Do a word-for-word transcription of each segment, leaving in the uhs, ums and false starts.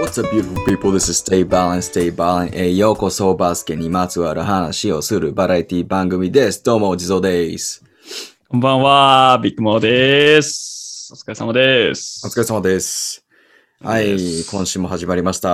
What's up, beautiful people? This is Stay Balance, Stay Balance へようこそ。バスケにまつわる話をするバラエティ番組です。どうも、地蔵です。 こんばんは、ビッグモーです。お疲れ様です。 お疲れ様です。はい、今週も始まりました。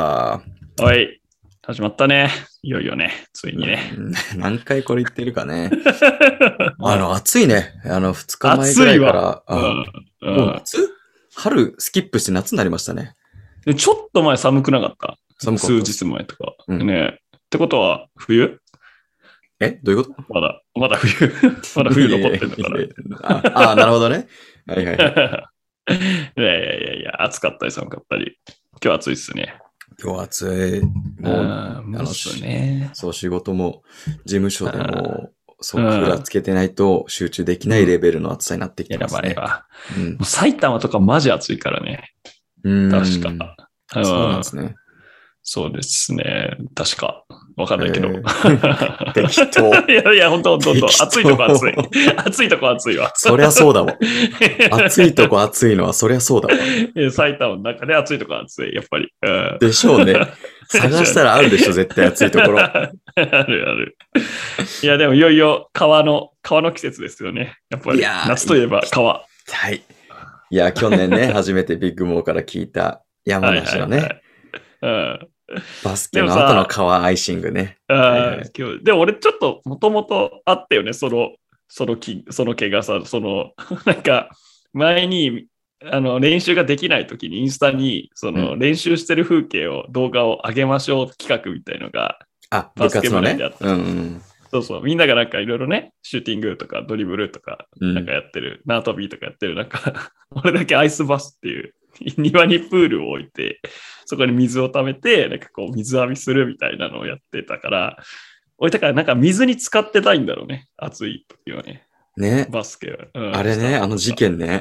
はい、始まったね。いよいよね、ついにね。 何回これ言ってるかね。あの、暑いね。あの、ふつかまえぐらいから。 暑いわ。 うん、もう夏？春スキップして夏になりましたね。 ちょっと前寒くなかった寒かった。 数日前とか。 うん、 ね。ってことは、冬？ えどういうこと？ まだ、まだ冬。まだ冬残ってんのかな。 ああ、なるほどね。はいはい、はい。 いやいやいやいや、暑かったり寒かったり。今日暑いっすね。 今日暑い。もう、あの、ね、 そう、仕事も、事務所でも、そう、クーラーつけてないと集中できないレベルの暑さになってきてますね。 やばいわ。 うん、 もう埼玉とかマジ暑いからね。 うん確か。 そうなんですね。 そうですね。確か。わかんないけど。えー、適当。 いやいや、ほんとほんとほんと。暑いとこ暑い。暑いとこ暑いわ。 そりゃそうだわ。暑いとこ暑いのはそりゃそうだわ。 埼玉の中で暑いとこ暑い。やっぱり。うん、 でしょうね。探したらあるでしょ、絶対暑いところ。あるある。いや、でもいよいよ川の、川の季節ですよね。やっぱり。夏といえば川。 はい。いや、去年ね、初めてビッグモーから聞いた山梨のね。はいはいはい、うんバスケの後の川アイシングね。 はいはい、でも俺ちょっともともとあったよね、その、その気、その怪我さ、その、なんか前にあの練習ができないときにインスタにその練習してる風景を、動画を上げましょう企画みたいのが、 あ、バスケ部内であった。 うんうん、そうそう、みんながなんかいろいろね、シューティングとかドリブルとかなんかやってる、うん、縄跳びとかやってる、なんか俺だけアイスバスっていう庭にプールを置いて、そこに水を溜めて、なんかこう水浴びするみたいなのをやってたから、俺だからなんか水に浸かってたいんだろうね、暑い時はね。 ね。 バスケは。 うん、あれね、あの事件ね。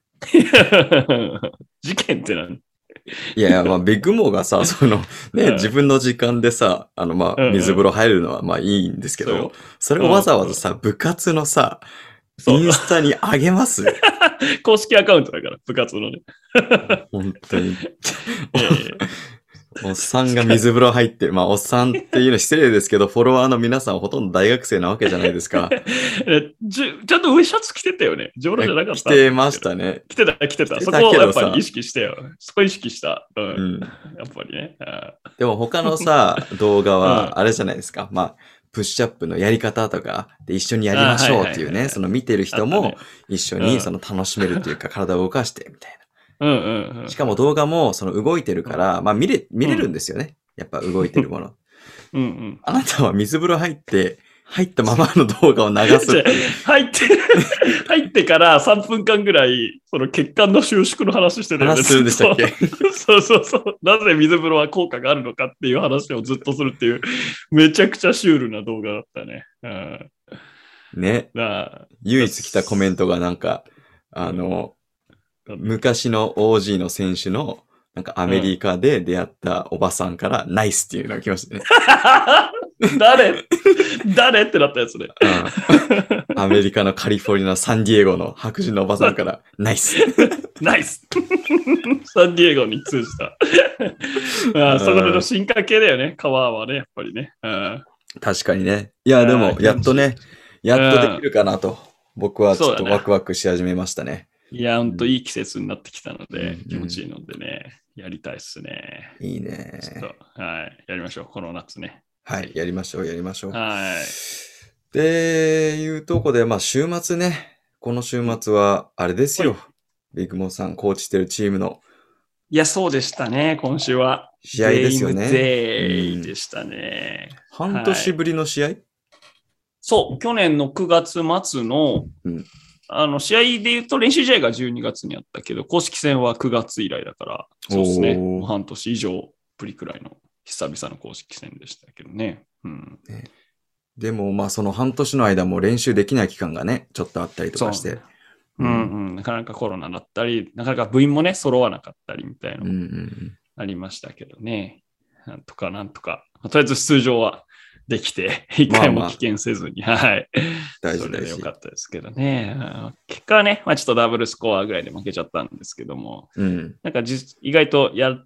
事件って何？ いやいや、まあ、ビッグモーがさ、その、ね、自分の時間でさ、あの、まあ、水風呂入るのは、まあ、いいんですけど、それをわざわざさ、部活のさ、インスタに上げます公式アカウントだから、部活のね。 本当に。おっさんが水風呂入ってる。まあ、おっさんっていうの失礼ですけど、フォロワーの皆さんほとんど大学生なわけじゃないですか。 ちゃんと上シャツ着てたよね。上路じゃなかった。 着てましたね。 着てた、着てた。そこをやっぱり意識してよ。そこ意識した。うん。うん、やっぱりね。 でも他のさ、動画は、あれじゃないですか。うん、まあ、プッシュアップのやり方とかで一緒にやりましょうっていうね、その見てる人も一緒にその楽しめるっていうか、体を動かしてみたいな。 うんうんうん、 しかも動画もその動いてるから、まあ見れ、見れるんですよね。やっぱ動いてるもの。 うんうん、 あなたは水風呂入って、入ったままの動画を流すっていう。 入って、入ってからさんぷんかんぐらい、その血管の収縮の話してたよね。 話するんでしたっけ？ そうそうそう。なぜ水風呂は効果があるのかっていう話をずっとするっていう、めちゃくちゃシュールな動画だったね。うん、 ね。唯一来たコメントがなんか、あの、昔の オージー の選手の、なんかアメリカで出会ったおばさんからナイスっていうのが来ましたね。 誰誰ってなったやつね、 うん。アメリカのカリフォルニアのサンディエゴの白人のおばさんからナイスナイスサンディエゴに通じた。あそこでの進化系だよね、川はね、やっぱりね。うん確かにね。いや、でも、やっとね、やっとできるかなと、僕はちょっとワクワクし始めましたね。 いや、ほんといい季節になってきたので、うん、気持ちいいのでね、やりたいっすね。 いいね。 ちょっと、はい、やりましょう、この夏ね。 はい、やりましょう、やりましょう。 はい。 で、いうとこで、まあ、週末ね、この週末は、あれですよ。ビッグモーさん、コーチしてるチームの。 いや、そうでしたね、今週は。 試合ですよね。 ゲームデイでしたね。 うん、半年ぶりの試合、はい、 そう、去年のくがつ末の、うんあの試合で言うと練習試合がじゅうにがつにあったけど、公式戦はくがつ以来だから、そうですね。もう半年以上ぶりくらいの久々の公式戦でしたけどね。うんねでも、まあその半年の間も練習できない期間がね、ちょっとあったりとかして。 うん、うんうん、なかなかコロナだったり、なかなか部員もね、揃わなかったりみたいなのもありましたけどね。うんうん、なんとかなんとか、とりあえず出場はできて、一回も危険せずに、まあまあ、はい。 大事それでよかったですけどね。結果はね、まあ、ちょっとダブルスコアぐらいで負けちゃったんですけども、 うん、 なんか意外とや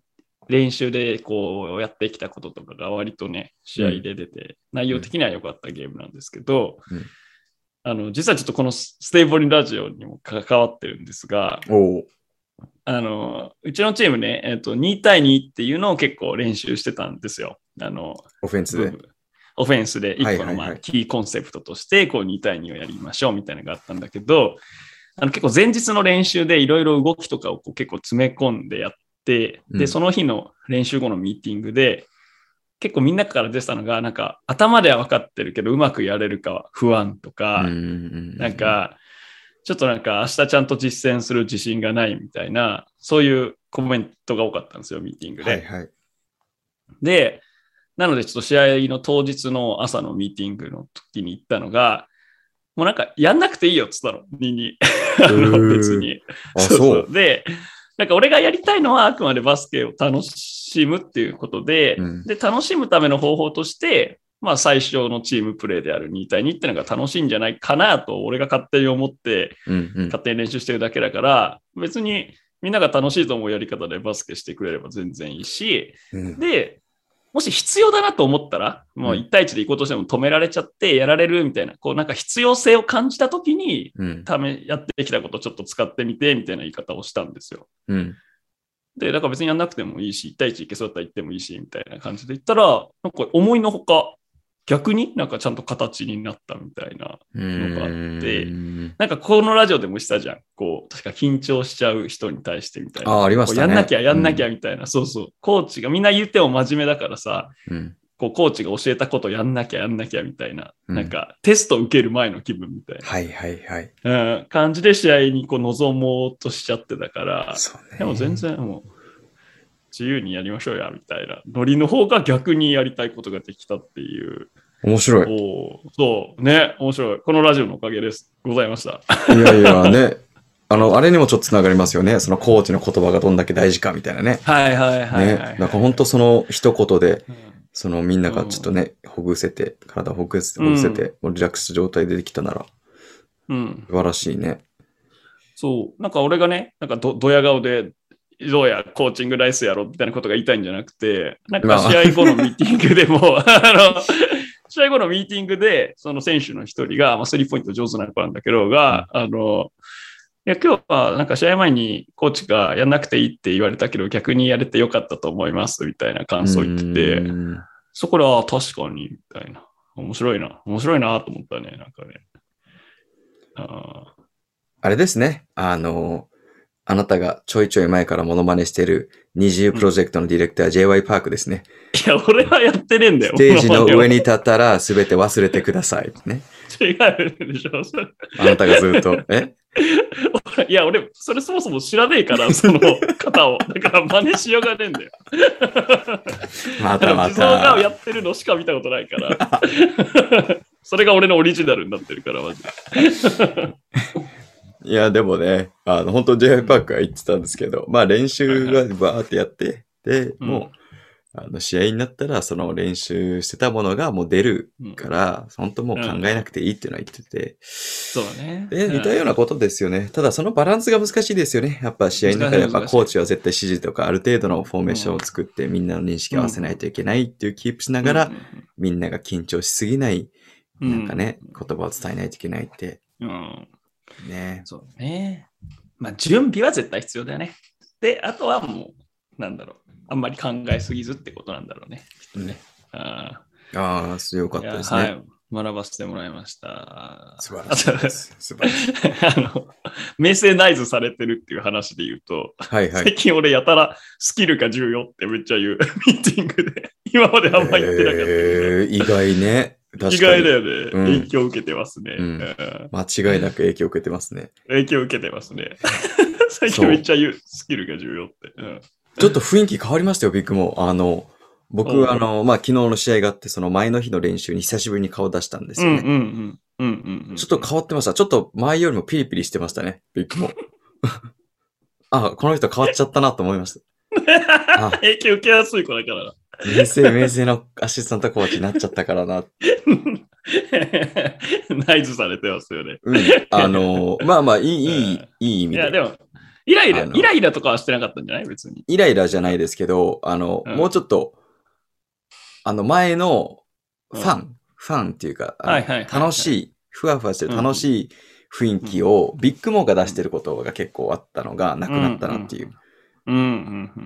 練習でこうやってきたこととかが割とね、試合で出て、うん、内容的には良かったゲームなんですけど、うん、あの、実はちょっとこのステイボリンラジオにも関わってるんですが、 おあの、うちのチームね、えっと、に対にっていうのを結構練習してたんですよ。あの、 オフェンスで。 オフェンスで一個のまあキーコンセプトとして、こうに対にをやりましょうみたいなのがあったんだけど、あの結構前日の練習でいろいろ動きとかをこう結構詰め込んでやって、で、その日の練習後のミーティングで、結構みんなから出てたのが、なんか頭では分かってるけどうまくやれるかは不安とか、なんかちょっとなんか明日ちゃんと実践する自信がないみたいな、そういうコメントが多かったんですよ、ミーティングで。 はいはい、で、 なのでちょっと試合の当日の朝のミーティングの時に言ったのが、もうなんかやんなくていいよって言ったの、にに。別に。 そうそう。 で、なんか俺がやりたいのはあくまでバスケを楽しむっていうことで、うん、で、楽しむための方法として、まあ最初のチームプレーであるに対にっていうのが楽しいんじゃないかなと俺が勝手に思って、 うんうん、 勝手に練習してるだけだから、別にみんなが楽しいと思うやり方でバスケしてくれれば全然いいし、うん、で、もし必要だなと思ったら、もういち対いちで行こうとしても止められちゃってやられるみたいな、こうなんか必要性を感じたときに、うん、ためやってきたことをちょっと使ってみてみたいな言い方をしたんですよ。 うん、 で、だから別にやんなくてもいいし、いち対いち行けそうだったら行ってもいいし、みたいな感じで言ったら、なんか思いのほか、逆になんかちゃんと形になったみたいなのがあって、なんかこのラジオでもしたじゃん。こう、確か緊張しちゃう人に対してみたいな。 ああ、ありましたね。 やんなきゃやんなきゃみたいな、うん、そうそう。コーチがみんな言っても真面目だからさ、 うん、 こうコーチが教えたことやんなきゃやんなきゃみたいな、うん、なんかテスト受ける前の気分みたいな、 はいはいはい、 うん、感じで試合にこう臨もうとしちゃってたから、 そうね、 でも全然もう自由にやりましょうやみたいなノリの方が逆にやりたいことができたっていう。 面白い。 おそうね、面白い。このラジオのおかげです。ございました。 いやいやね、あの、あれにもちょっとつながりますよね。そのコーチの言葉がどんだけ大事かみたいなね。 はいはいはいはい、 ね。だから本当その一言で、うん、そのみんながちょっとね、ほぐせて、体ほぐせて、ほぐせて、うん、リラックス状態でできたなら、 うん。 素晴らしいね。 そう。なんか俺がね、なんかど、ドヤ顔で、どうやコーチングライスやろみたいなことが言いたいんじゃなくて、なんか試合後のミーティングでも、まあ、あの、試合後のミーティングで、その選手の一人が、まあ、スリーポイント上手な子なんだけど、が、うん、あの、いや、今日はなんか試合前にコーチがやんなくていいって言われたけど、逆にやれてよかったと思いますみたいな感想を言ってて、そこで、ああ、確かに、みたいな。面白いな。面白いなと思ったね、なんかね。あ, あれですね。あの、あなたがちょいちょい前からモノマネしてる二重プロジェクトのディレクター、うん、ジェイワイ パークですね。 いや、俺はやってねえんだよ。 ステージの上に立ったら全て忘れてください。ね。 違うでしょ。 あなたがずっと、えいや、俺、それそもそも知らねえから、その方を。だから真似しようがねえんだよ。 またまた。 地蔵がやってるのしか見たことないから。それが俺のオリジナルになってるから、マジで。 いや、でもね、あの、本当 ジェイワイ パークは言ってたんですけど、まあ練習がバーってやって、で、もう、あの、試合になったら、その練習してたものがもう出るから、うん、本当もう考えなくていいっていうのは言ってて。 そうね。 で、似たようなことですよね。ただそのバランスが難しいですよね。やっぱ試合の中でやっぱコーチは絶対指示とかある程度のフォーメーションを作ってみんなの認識を合わせないといけないっていうキープしながら、みんなが緊張しすぎない、なんかね、言葉を伝えないといけないって。 うんね、 そうね。まあ、準備は絶対必要だよね。で、あとはもう、なんだろう。あんまり考えすぎずってことなんだろうね。きっとね。ああ、よかったですね。 はい。学ばせてもらいました。 素晴らしいです。素晴らしい。 あの、名声ナイズされてるっていう話で言うと、 はいはい、 最近俺やたらスキルが重要ってめっちゃ言うミーティングで、今まであんま言ってなかったけど、 えー、意外ね。 意外だよね、うん。影響を受けてますね、うん。 間違いなく影響を受けてますね。 影響を受けてますね。最近めっちゃ言う、スキルが重要って。うん、 ちょっと雰囲気変わりましたよ、ビッグも。あの、僕、あの、まあ、昨日の試合があって、その前の日の練習に久しぶりに顔出したんですよね。 うんうんうんうんうん、 ちょっと変わってました。ちょっと前よりもピリピリしてましたね、ビッグも。あ、この人変わっちゃったなと思いました。 あ、影響受けやすい子だからな。 名声、名声のアシスタントコーチになっちゃったからな。 ナイズされてますよね。 うん。あの、まあまあ、いい、いい、いい意味で。 いや、でも、いイライラ、イライラとかはしてなかったんじゃない別に。 イライラじゃないですけど、あの、うん、もうちょっと、あの、前のファン、うん、ファンっていうか、はいはいはいはい、楽しい、ふわふわしてる楽しい雰囲気を、ビッグモーが出してることが結構あったのがなくなったなっていう。 うんうんうん、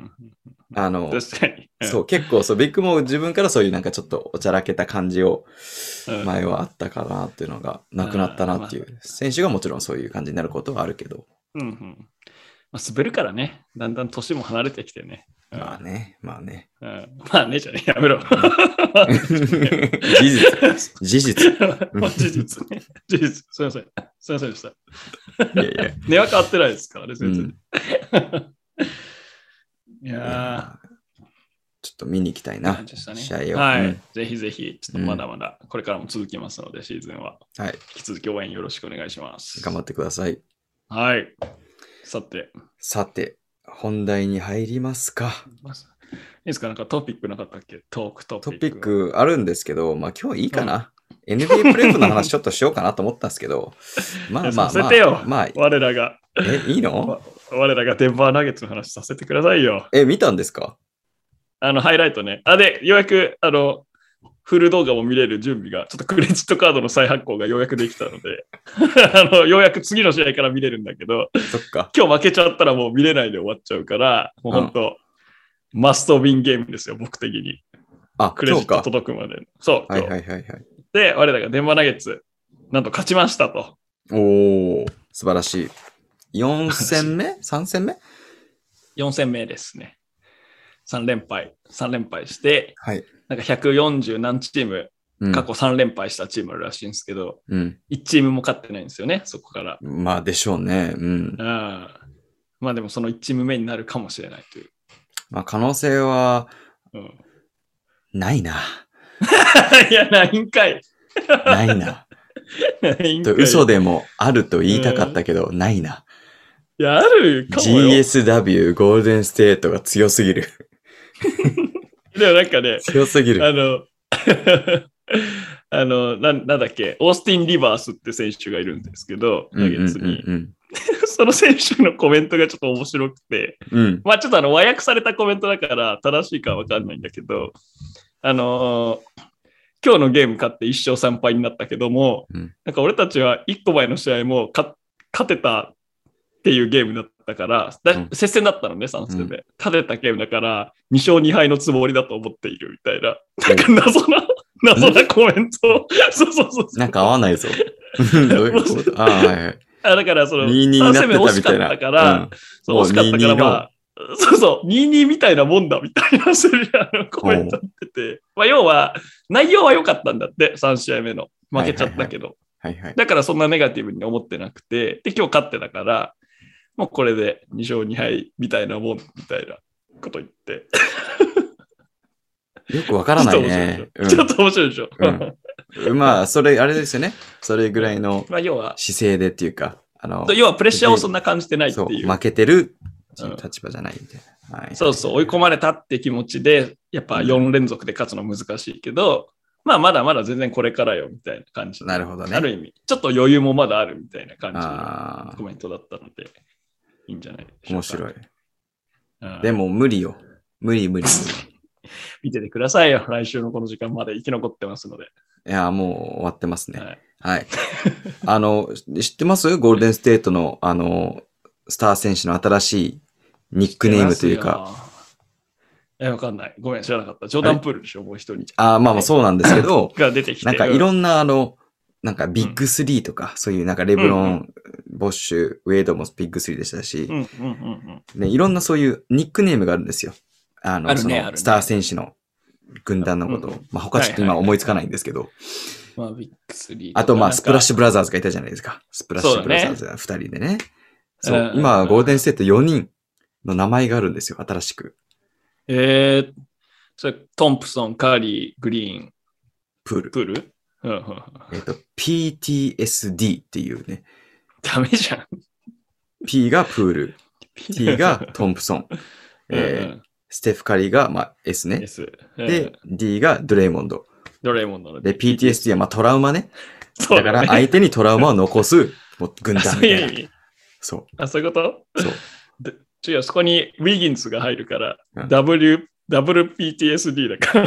あの、 確かに、 うん、そう、結構そう、ビッグモー自分からそういうなんかちょっとおちゃらけた感じを、前はあったかなっていうのがなくなったなっていう。選手がもちろんそういう感じになることはあるけど。 うんうん。まあ、滑るからね、だんだん年も離れてきてね。 うん、まあね、まあね。 うん、まあね、じゃねやめろ。 事実。事実。 事実ね。事実。すいません。すいませんでした。いやいや。値は変わってないですからね、全然。うんいやー、まあ、 ちょっと見に行きたいな、ね、試合を。 はい、うん、ぜひぜひ、ちょっとまだまだこれからも続きますので、うん、シーズンは。はい。引き続き応援よろしくお願いします。 頑張ってください。 はい。さて。 さて、本題に入りますか。 いいですかなんかトピックなかったっけトークトピック。 トピックあるんですけど、まあ今日いいかな。うん、エヌビーエー プレーオフの話ちょっとしようかなと思ったんですけど。まあまあまあ。 させてよ。まあ、我らが。 え、いいの我らがデンバーナゲッツの話させてくださいよ。 え、見たんですかあの、ハイライトね。あ、で、ようやく、あの、フル動画も見れる準備が、ちょっとクレジットカードの再発行がようやくできたので、あの、ようやく次の試合から見れるんだけど、 そっか。 今日負けちゃったらもう見れないで終わっちゃうから、もう本当、うん、マストウィンゲームですよ、僕的に。 あ、 クレジット届くまで。そう。 はいはいはいはい。 で、我らがデンバーナゲッツ、なんと勝ちましたと。 おー、素晴らしい。よん戦目 ?さん 戦目 ? よん 戦目ですね。さん連敗。さん連敗して、 はい。 なんかひゃくよんじゅう何チーム、うん、過去さん連敗したチームあるらしいんですけど、うん、いちチームも勝ってないんですよね、そこから。 まあでしょうね。うん。 あまあでもそのいちチーム目になるかもしれないという。 まあ可能性は、うん、ないな。 いや、ないんかい。 ないな。ないんかい。嘘でもあると言いたかったけど、うん、ないな。 いや、あるかもよ。 ジーエスダビュー ゴールデンステートが強すぎる。 でもなんかね、 強すぎる。 あの、あのな、なんだっけ、オースティン・リバースって選手がいるんですけど、ナゲッツに。その選手のコメントがちょっと面白くて、うん、まあちょっとあの和訳されたコメントだから正しいかはわかんないんだけど、あのー、今日のゲーム勝っていっ勝さん敗になったけども、うん、なんか俺たちはいっこまえの試合も勝てたっていうゲームだったから、だうん、接戦だったのね、さん戦で、うん。勝てたゲームだから、に勝に敗のつもりだと思っているみたいな。なんか謎な、謎なコメント。そうそうそう。 なんか合わないぞ。どういうことあ、はいはい。 あだからその、 にたいにになってたみたいな。 惜しかったから、うん、そう惜しかったから、まあ、そうそう、にたいにみたいなもんだみたいなするあのコメントってて、まあ、要は、内容は良かったんだって、さん試合目の。負けちゃったけど。 はいはいはい、 だからそんなネガティブに思ってなくて、で、今日勝ってたから、もうこれでに勝に敗みたいなもんみたいなこと言って。 よくわからないね。 ちょっと面白いでしょ。 うん、まあ、それ、あれですよね。それぐらいの姿勢でっていうか、あの、 要はプレッシャーをそんな感じてないっていう。 そう負けてる立場じゃないみたいな、 はい。そうそう、追い込まれたって気持ちで、やっぱよん連続で勝つの難しいけど、うん、まあまだまだ全然これからよみたいな感じ。 なるほどね。 ある意味、ちょっと余裕もまだあるみたいな感じのコメントだったので、いいんじゃないでしょうか。 面白い。でも無理よ。無理無理無理。 見ててくださいよ。来週のこの時間まで生き残ってますので。 いや、もう終わってますね。はい。はい、あの、知ってますゴールデンステートの、あの、スター選手の新しいニックネームというか。 え、わかんない。ごめん、知らなかった。ジョーダンプールでしょ、もう一人。 ああ、まあまあそうなんですけど。 が出てきて。 なんかいろんな、あの、なんかビッグスリーとか、うん、そういうなんかレブロン、うんうん、ボッシュ、ウェイドもビッグスリーでしたし、 うんうんうんうん、 でいろんなそういうニックネームがあるんですよ。あの、 あるね、 そのスター選手の軍団のことを。うんうん、まあ他ちょっと今思いつかないんですけど。 まあ、ビッグスリーあとまあ、スプラッシュブラザーズがいたじゃないですか。スプラッシュブラザーズがふたりでね。そう、ね、今、ゴールデンステートよにんの名前があるんですよ、新しく。 えー、それ、トンプソン、カーリー、グリーン、 プール。 プールえっと、ピーティーエスディー っていうね。 ダメじゃん。 P がプール、T がトンプソン、えー、ステフ・カリーが、まあ、S ね。 S。 で、D がドレイモンド。 ドレイモンドの。 で、ピーティーエスディー は、まあ、トラウマね。だから相手にトラウマを残す軍団みたいな。そう。 あ、そういうことそう。 で違う、そこにウィギンズが入るから、 うん W、ダブル ピーティーエスディー だから。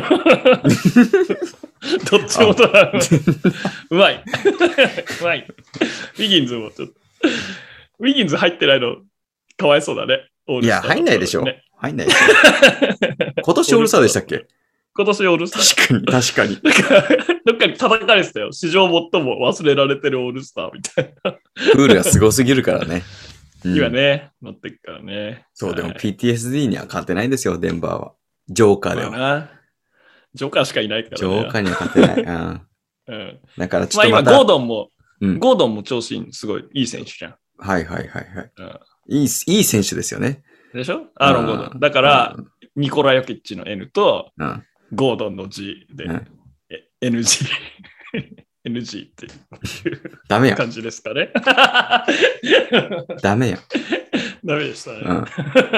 どっちもとらうまい。うまい。ウィギンズもちょっと。ウィギンズ入ってないの、かわいそうだね。 いや、入んないでしょ。入んないでしょ。今年オールスターでしたっけ？ 今年オールスター。確かに、確かに。 どっかに叩かれてたよ。史上最も忘れられてるオールスターみたいな。 プールがすごすぎるからね。 うん、今ね、乗ってくからね。 そう、でも ピーティーエスディー には勝てないんですよ、デンバーは。ジョーカーでは。 まあな、ジョーカーしかいないからね。 ジョーカーには勝てない。うんうん、 だからちょっとまた。 まあ今、ゴードンも、 うん、 ゴードンも調子いい、すごいいい選手じゃん。 はいはいはいはい。 うん、 いい、いい選手ですよね。 でしょアーロン・ゴードン。だから、うん、ニコラ・ヨキッチの N と、 うん、 ゴードンの G で、うん、エヌジー。エヌジー っていうダメや感じですかね。 ダメや。 ダメでしたね。 うん、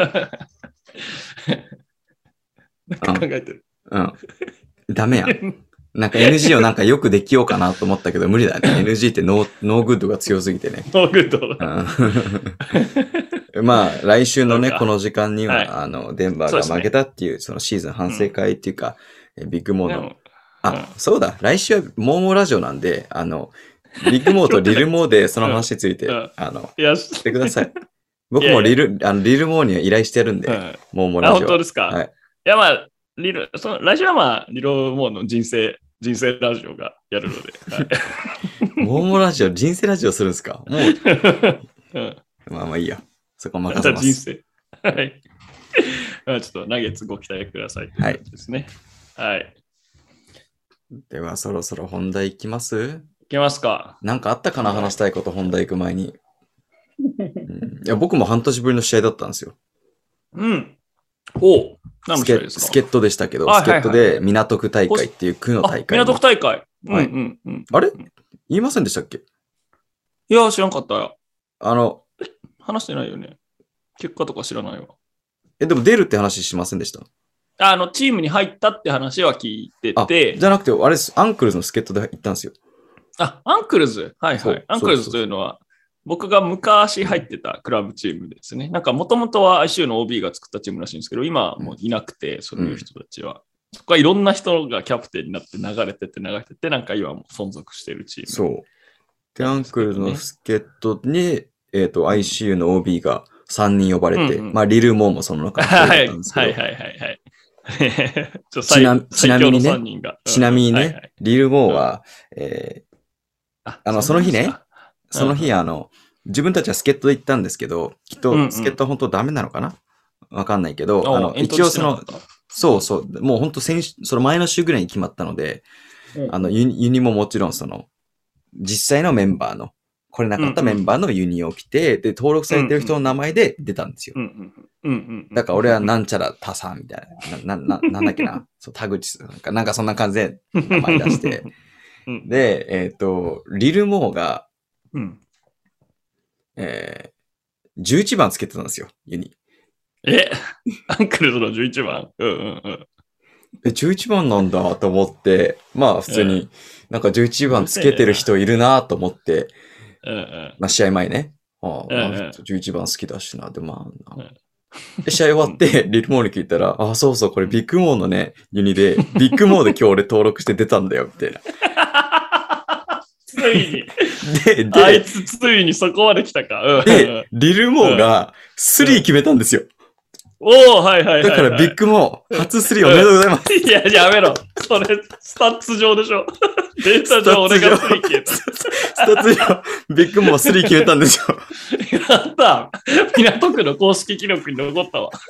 なんか考えてる。 うん。ダメや。なんか エヌジー をなんかよくできようかなと思ったけど無理だね。エヌジー ってノー、ノーグッドが強すぎてね。 ノーグッドだ。 うん、まあ、来週のね、この時間には、 はい、 あの、デンバーが負けたっていう、そのシーズン反省会っていうか、うん、ビッグモーの、うん、あ、そうだ、来週はモーモーラジオなんで、あの、ビッグモーとリルモーでその話について、うん、あの、してください。僕もリル、いやいやあのリルモーには依頼してるんで、うん、モーモーラジオ。 あ、本当ですか？はい。いや、まあ、リル、その、来週はまあ、リルモーの人生、人生ラジオがやるので。はい、 モーモーラジオ、人生ラジオするんですか？もう、うん、まあまあいいや。そこ任せます。 人生。はい。ちょっとナゲッツご期待ください。はい。ですね。はい。 では、そろそろ本題いきます？ いきますか。 なんかあったかな、話したいこと、本題行く前に。うん、いや、僕も半年ぶりの試合だったんですよ。 うん。お何の試合ですか？ 助っ人でしたけど、助っ人で港区大会っていう区の大会。 港区大会。 はい。 うんうんうん、 あれ言いませんでしたっけ？ いや、知らんかったよ。 あの、 話してないよね。結果とか知らないわ。 え、でも出るって話しませんでした？ あの、チームに入ったって話は聞いてて。 じゃなくて、あれ、アンクルズの助っ人で行ったんですよ。 あ、アンクルズはいはい。アンクルズというのは、僕が昔入ってたクラブチームですね。なんかもともとは アイシーユー の オービー が作ったチームらしいんですけど、今はもういなくて、うん、そういう人たちは。そこはいろんな人がキャプテンになって流れてって流れてって、なんか今も存続しているチーム。 そう。で、アンクルズの助っ人に、えっと、アイシーユー の オービー がさんにん呼ばれて、うんうん、まあ、リル・モーもその中に入ったんですけど。 はいはいはいはいはい。 ちなちなみにね、ちなみにね、 はいはい、 リル・モーは、うん、えー、あ, あの、その日ね、その日、あの、自分たちは助っ人で行ったんですけど、きっと助っ人は本当ダメなのかな、わかんないけど、うんうん、あの、一応その、そうそう、もう本当先週、その前の週ぐらいに決まったので、うん、あのユニ、ユニももちろんその、実際のメンバーの、来れなかったメンバーのユニを着て、で、登録されてる人の名前で出たんですよ。だから俺はなんちゃらタさんみたいな、な、な、なんだっけな、そう、田口さんか、なんかそんな感じで名前出して、で、えっ、ー、と、リル・モーが、うんえー、じゅういちばんつけてたんですよ、ユニ。 えアンクルズのじゅういちばん、うんうんうん、 え、じゅういちばんなんだと思って、まあ普通に、なんかじゅういちばんつけてる人いるなと思って、うんうん、まあ試合前ね。ああ、うんうん、じゅういちばん好きだしな、で、まあ、うんで、試合終わって、リルモーに聞いたら、あ、そうそう、これビッグモーのね、ユニで、ビッグモーで今日俺登録して出たんだよ、みたいな。 ついに。 で、で、 あいつついにそこまで来たか。うん、 で、リルモーがスリー決めたんですよ。 うん、おおはいはいはい、はい。 だからビッグモー、初スリーおめでとうございます。 いや、やめろ。それ、スタッツ上でしょ。データ上俺がスリー決めた。 スタッツ上、ビッグモースリー決めたんですよ。 やった。港区の公式記録に残ったわ。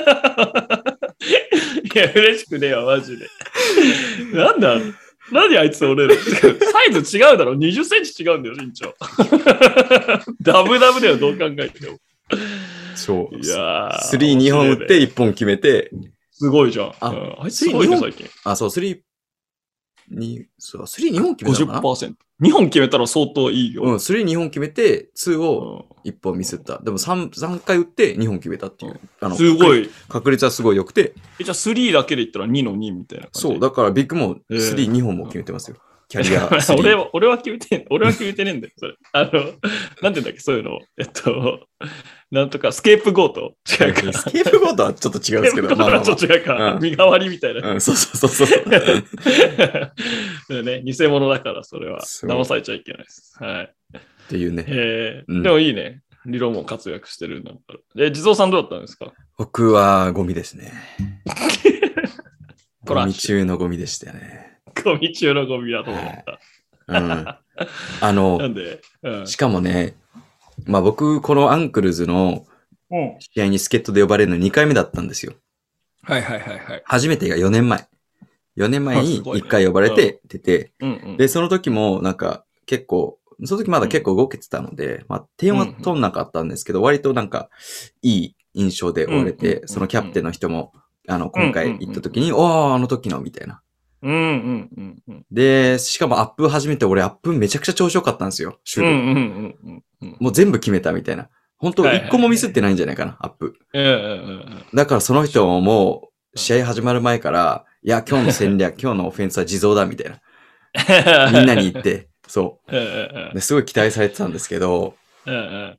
いや、嬉しくねえわ、マジで。なんだなんであいつ俺ら、サイズ違うだろ ?にじゅっセンチ違うんだよ、身長。ダブダブだよ、どう考えても。 そう。 いやー。 スリーにほん打っていっぽん決めて。 すごいじゃん。 あ、 うん、あいつすごいね、最近。 あ、そう、スリー、に、そう、スリーにほん決めたのかな ? ごじゅっパーセント。にほん決めたら相当いいよ。 うん、スリーにほん決めて、にをいっぽんミスった。でも 3, 3回打ってにほん決めたっていう。うん、 あのすごい。 確率はすごい良くて。 え、じゃあスリーだけで言ったらにのにみたいな感じ。 そう、だからビッグもスリーにほんも決めてますよ。 キャリアスリー。 俺は、俺は決めて、俺は決めてねえんだよ、それ。あの、なんて言うんだっけ、そういうの。えっと、なんとか、スケープゴート違うか。 スケープゴートはちょっと違うんですけど。 スケープゴートはちょっと違うか。 うん身代わりみたいな。 うん、そうそうそうそう。 ね、偽物だから、それは。 そう騙されちゃいけないです。はい。 っていうね。 えーうんでもいいね。理論も活躍してるんだったら。え、地蔵さんどうだったんですか？ 僕はゴミですね。 トラッシュゴミ中のゴミでしたよね。 ゴミ中のゴミだと思った。 うん。あのな、んで、うん。 しかもね、まあ僕、このアンクルズのうん試合に助っ人で呼ばれるのにかいめだったんですよ。 はいはいはいはい。 初めてがよねんまえ。よねんまえにあすごいねいっかい呼ばれて出て、 うんうん。 で、その時もなんか結構、その時まだ結構動けてたので、まあ点は取んなかったんですけど、割となんかいい印象で終われうんうんうんうて、 んそのキャプテンの人も、あの、今回行った時に、おー、あの時の、みたいな。 うんうんうんうん。 で、しかもアップ始めて、俺アップめちゃくちゃ調子良かったんですよ、シュート。 うんうんうんうんうん。 もう全部決めたみたいな。本当はいはいはい一個もミスってないんじゃないかな、アップ。 うんうんうんだからその人ももう、試合始まる前から、いや、今日の戦略、今日のオフェンスは地蔵だ、みたいな。 うん。 みんなに言って、そうんうんう。ですごい期待されてたんですけど、 うんうん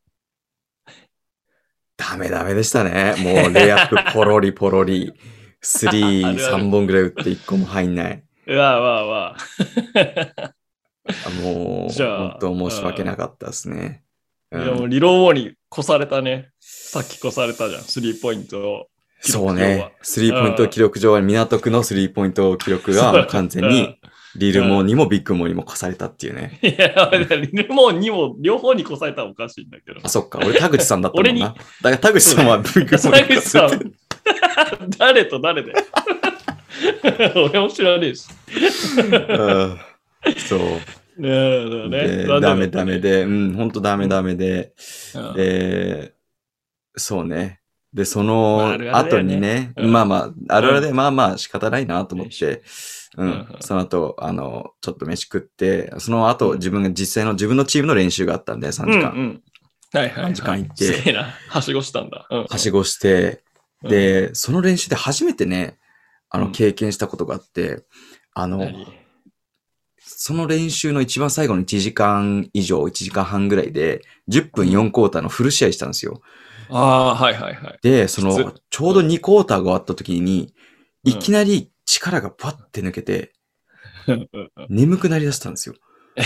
ダメダメでしたね。もうレイアップポロリポロリ、スリー、 あるあるさんぼんぐらい打っていっこも入んない。 うわわわ。 あもう、 じゃあ本当申し訳なかったですね。ういやもうん理論王に越されたね。さっき越されたじゃん、スリーポイントを。記録上はそうね。スリーポイント記録上は、港区のスリーポイント記録が完全に、リルモーにもビッグモーにも越されたっていうね。 いや、リルモーにも両方に越されたらおかしいんだけど。 あ、そっか。俺、田口さんだったもん俺にな。だから田口さんはビッグモーに田口越されてさん、誰と誰で俺も知らねえし。 うんそう。 なるほどね。 で、 残念だったねダメダメ。で、うん、ほんとダメダメで、 うんで、そうね。で、そまあのあるあるだ後よねにね、 うんまあまあ、あるあるで、まあまあ仕方ないなと思って、ううんん、その後、あの、ちょっと飯食って、その後、 うん自分が実際の自分のチームの練習があったんで、さんじかん。 うんうんはいはい、はい。 さんじかん行ってすげえな。はしごしたんだ。うんはしごして、 うんで、その練習で初めてね、あの、 うん経験したことがあって、あの、 何その練習の一番最後のいちじかん以上、いちじかんはんぐらいで、じゅっぷんよんクォーターのフル試合したんですよ。 ああ、はいはいはい。 で、そきのつ、 ちょうどにクォーターが終わった時に、 うんいきなり力がパッて抜けて、 うんうんうん眠くなりだしたんですよ。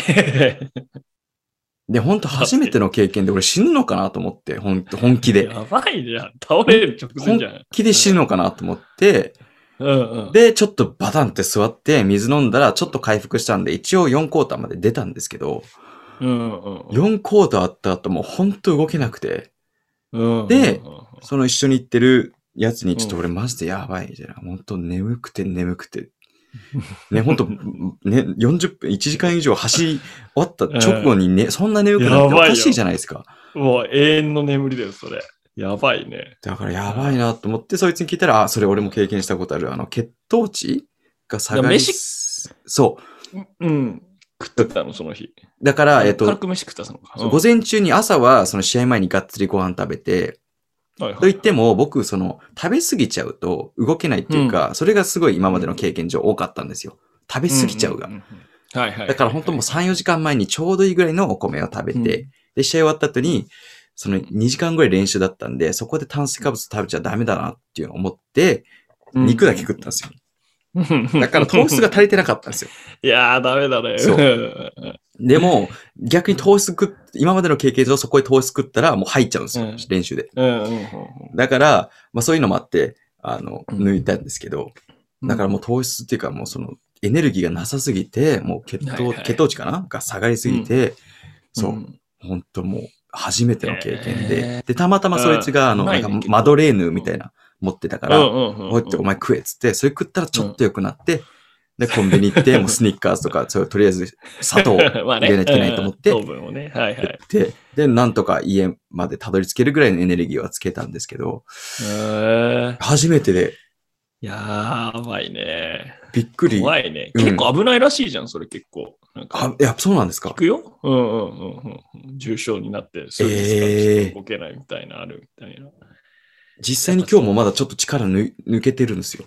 で、本当初めての経験で俺死ぬのかなと思って、ほんと本気で。 やばいじゃん。倒れる直前じゃん。 本気で死ぬのかなと思って、 うんうん。 で、ちょっとバタンって座って水飲んだらちょっと回復したんで、一応よんクォーターまで出たんですけど、 うんうんよんクォーターあった後もう本当動けなくて、 うん。 でうんうんうんその一緒に行ってるやつにちょっと俺マジでやばいじゃん。本当眠くて眠くて。ね、本当ね、よんじゅっぷん、いちじかん以上走り終わった直後にね、そんな眠くなっておかしいじゃないですか。 もう永遠の眠りだよ、それ。やばいね。 だからやばいなと思って、そいつに聞いたら、あ、それ俺も経験したことある。あの、血糖値が下がり飯そうん。食ってたの、その日。 う。だから、えっと軽、く飯食ったのか。 午前中に朝はその試合前にがっつりご飯食べて、 はいはいと言っても僕その食べ過ぎちゃうと動けないっていうか、それがすごい今までの経験上多かったんですよ。食べ過ぎちゃうが。 んんんはいはい。 だから本当もうさん、よじかんまえにちょうどいいぐらいのお米を食べて、 うんで、試合終わった後に、そのにじかんぐらい練習だったんで、そこで炭水化物食べちゃダメだなっていう思って、肉だけ食ったんですよ。だから糖質が足りてなかったんですよ。 いやー、ダメだね。 そうでも、逆に糖質食っ、今までの経験上そこで糖質食ったらもう入っちゃうんですよ、 うん練習で。 うんうんうんだから、まあそういうのもあって、あの、 うん抜いたんですけど、 うんだからもう糖質っていうかもうそのエネルギーがなさすぎて、もう血糖、 はいはい血糖値かなが下がりすぎて、そう、 ん本当もう初めての経験へでー、 で、たまたまそいつが、あの、なうまいねんかマドレーヌみたいな持ってたから、 うんうんうんおいってお前食えっつって、それ食ったらちょっと良くなって、で、コンビニ行って、もうスニッカーズとか、それとりあえず砂糖を入まあねれなきゃいけないと思って、 うん糖分をね。はいはい。 で、で、なんとか家までたどり着けるぐらいのエネルギーはつけたんですけど、 へー初めてでやばいね。 びっくり。 怖いね。 うん結構危ないらしいじゃん、それ結構。なんかあ、いや、そうなんですか聞。くよ。うんうんうんうん。重症になって、ストレスがえー動けないみたいな、あるみたいな。 実際に今日もまだちょっと力抜抜けてるんですよ。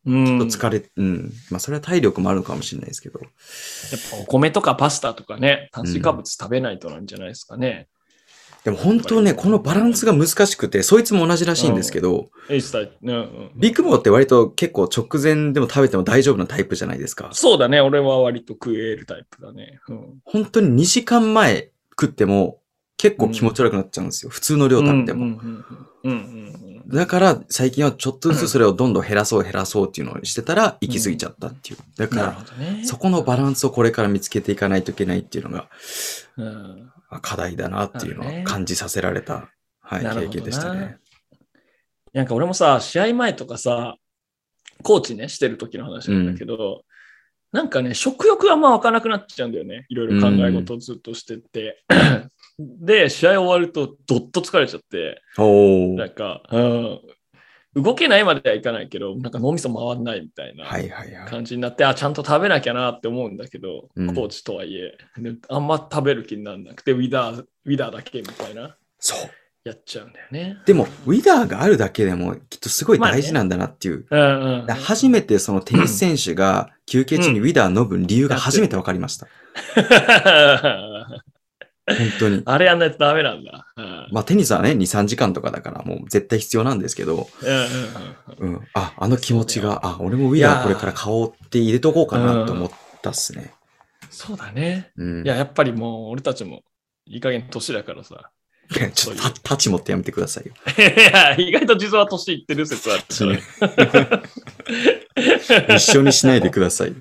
ちょっと疲れ、うん。まあ、それは体力もあるかもしれないですけど。やっぱお米とかパスタとかね、炭水化物食べないとなんじゃないですかね。 でも本当ね、このバランスが難しくて、そいつも同じらしいんですけど、 エイスタイ、うんうん、 ビッグモーって割と結構直前でも食べても大丈夫なタイプじゃないですか。 そうだね、俺は割と食えるタイプだね。うん、 本当ににじかんまえ食っても結構気持ち悪くなっちゃうんですよ。うん、普通の量食べても。だから最近はちょっとずつそれをどんどん減らそう減らそうっていうのをしてたら行き過ぎちゃったっていう。だから、そこのバランスをこれから見つけていかないといけないっていうのが、うん課題だなっていうのは感じさせられた、はい、経験でしたね。 なんか俺もさ、試合前とかさ、コーチね、してる時の話なんだけど、うん、なんかね、食欲があんま湧かなくなっちゃうんだよね。いろいろ考え事をずっとしてて。うん、で、試合終わるとどっと疲れちゃって、なんか、うん、動けないまではいかないけど、なんか脳みそ回んないみたいな感じになって、はいはいはい、あ、ちゃんと食べなきゃなって思うんだけど、うん、コーチとはいえ、あんま食べる気にならなくて、ウィダー、ウィダーだけみたいな。 そう。 やっちゃうんだよね。 でも、ウィダーがあるだけでもきっとすごい大事なんだなっていう。まあねうんうん、初めてそのテニス選手が休憩中にウィダー飲む理由が初めて分かりました。本当に。 あれやんないとダメなんだ。うん、 まあテニスはね、に、さんじかんとかだからもう絶対必要なんですけど、うんうん、あ、あの気持ちが、あ、俺もウィダーこれから買おうって入れとこうかなと思ったっすね。 そうだね。うん、いや、やっぱりもう俺たちもいい加減年だからさ。 ちょっとタチ持ってやめてくださいよ。 いや、意外と実は年いってる説あったね。 一緒にしないでください。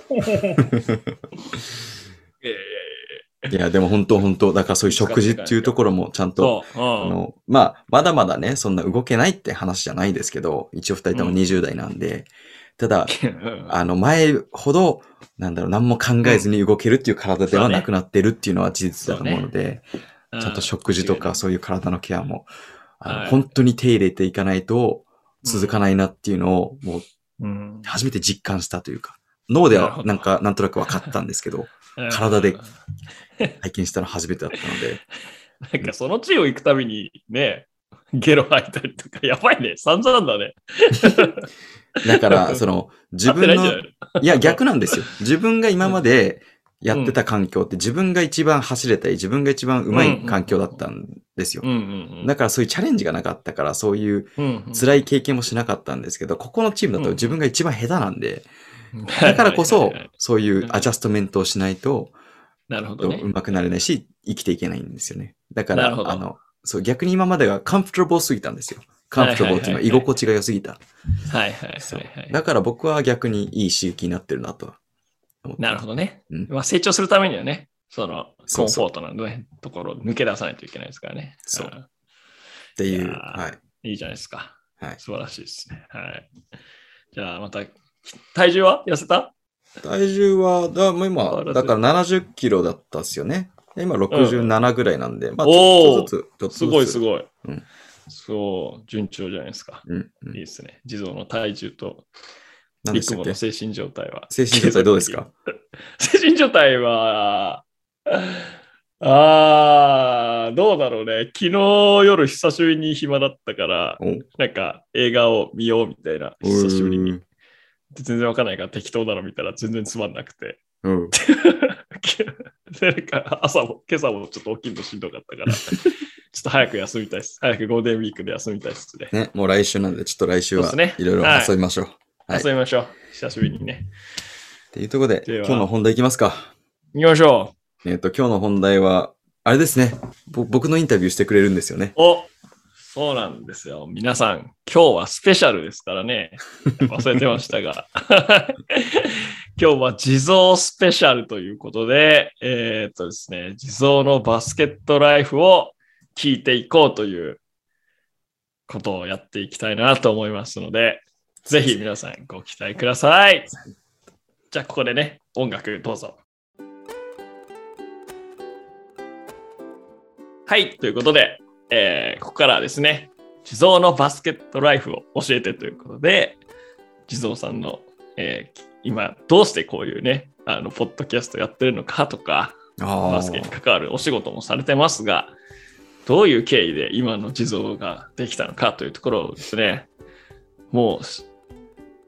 いや、でも本当本当、だからそういう食事っていうところもちゃんと、あの、まあ、まだまだね、そんな動けないって話じゃないですけど、一応二人ともにじゅう代なんで、うん、ただ、あの、前ほど、なんだろう、何も考えずに動けるっていう体ではなくなってるっていうのは事実だと思うので、ちゃんと食事とかそういう体のケアも、あの、はい、本当に手入れていかないと続かないなっていうのを、もう、初めて実感したというか、脳ではなんか、なんとなく分かったんですけど、体で体験したの初めてだったので。 なんかその地を行くたびにね、ゲロ吐いたりとか、やばいね、散々だね。 だから、その、自分の、いや、逆なんですよ。自分が今まで、やってた環境って自分が一番走れたい、自分が一番上手い環境だったんですよ。だからそういうチャレンジがなかったから、そういう辛い経験もしなかったんですけど、ここのチームだと自分が一番下手なんで、だからこそ、そういうアジャストメントをしないと、 なるほどね。 うまくなれないし、生きていけないんですよね。だから、あの、そう、逆に今までがカンフォトボーすぎたんですよ。カンフォトボーっていうのは居心地が良すぎた。 はいはいはい。 だから僕は逆にいい刺激になってるなと。 なるほどね。うん、まあ成長するためにはね、そのコンフォートな、ね、ところを抜け出さないといけないですからね。 そう。っていう、はい。 いいじゃないですか。 はい。 素晴らしいですね。はい。じゃあまた、体重は痩せた？ 体重は、だ今、だからななじゅっキロだったっすよね。今ろくじゅうななぐらいなんで、うん、まあちょっとずつ、ちょっとずつ。 すごいすごい。 うん、 そう、順調じゃないですか。 うんうん、 いいですね。地蔵の体重と、ビッグモの精神状態は。 精神状態どうですか？ 精神状態は、あー、どうだろうね。昨日夜久しぶりに暇だったから、なんか映画を見ようみたいな、久しぶりに。全然わかんないから適当なの見たら全然つまんなくて。 うん、 でなんか朝も、今朝もちょっと起きるのしんどかったから、ちょっと早く休みたいです。早くゴールデンウィークで休みたいですね。 ね、もう来週なんで、ちょっと来週はいろいろ遊びましょう。 はい、遊びましょう。久しぶりにね。 っていうところで、今日の本題いきますか。 行きましょう。えっと、今日の本題は、あれですね。僕のインタビューしてくれるんですよね。 おそうなんですよ。皆さん、今日はスペシャルですからね。忘れてましたが。今日は地蔵スペシャルということで、えー、っとですね、地蔵のバスケットライフを聞いていこうということをやっていきたいなと思いますので、ぜひ皆さんご期待ください。じゃあここでね、音楽どうぞ。はい、ということで、えー、ここからはですね、地蔵のバスケットライフを教えてということで、地蔵さんの、えー、今どうしてこういうね、あのポッドキャストやってるのかとか、バスケに関わるお仕事もされてますが、どういう経緯で今の地蔵ができたのかというところをですね、もう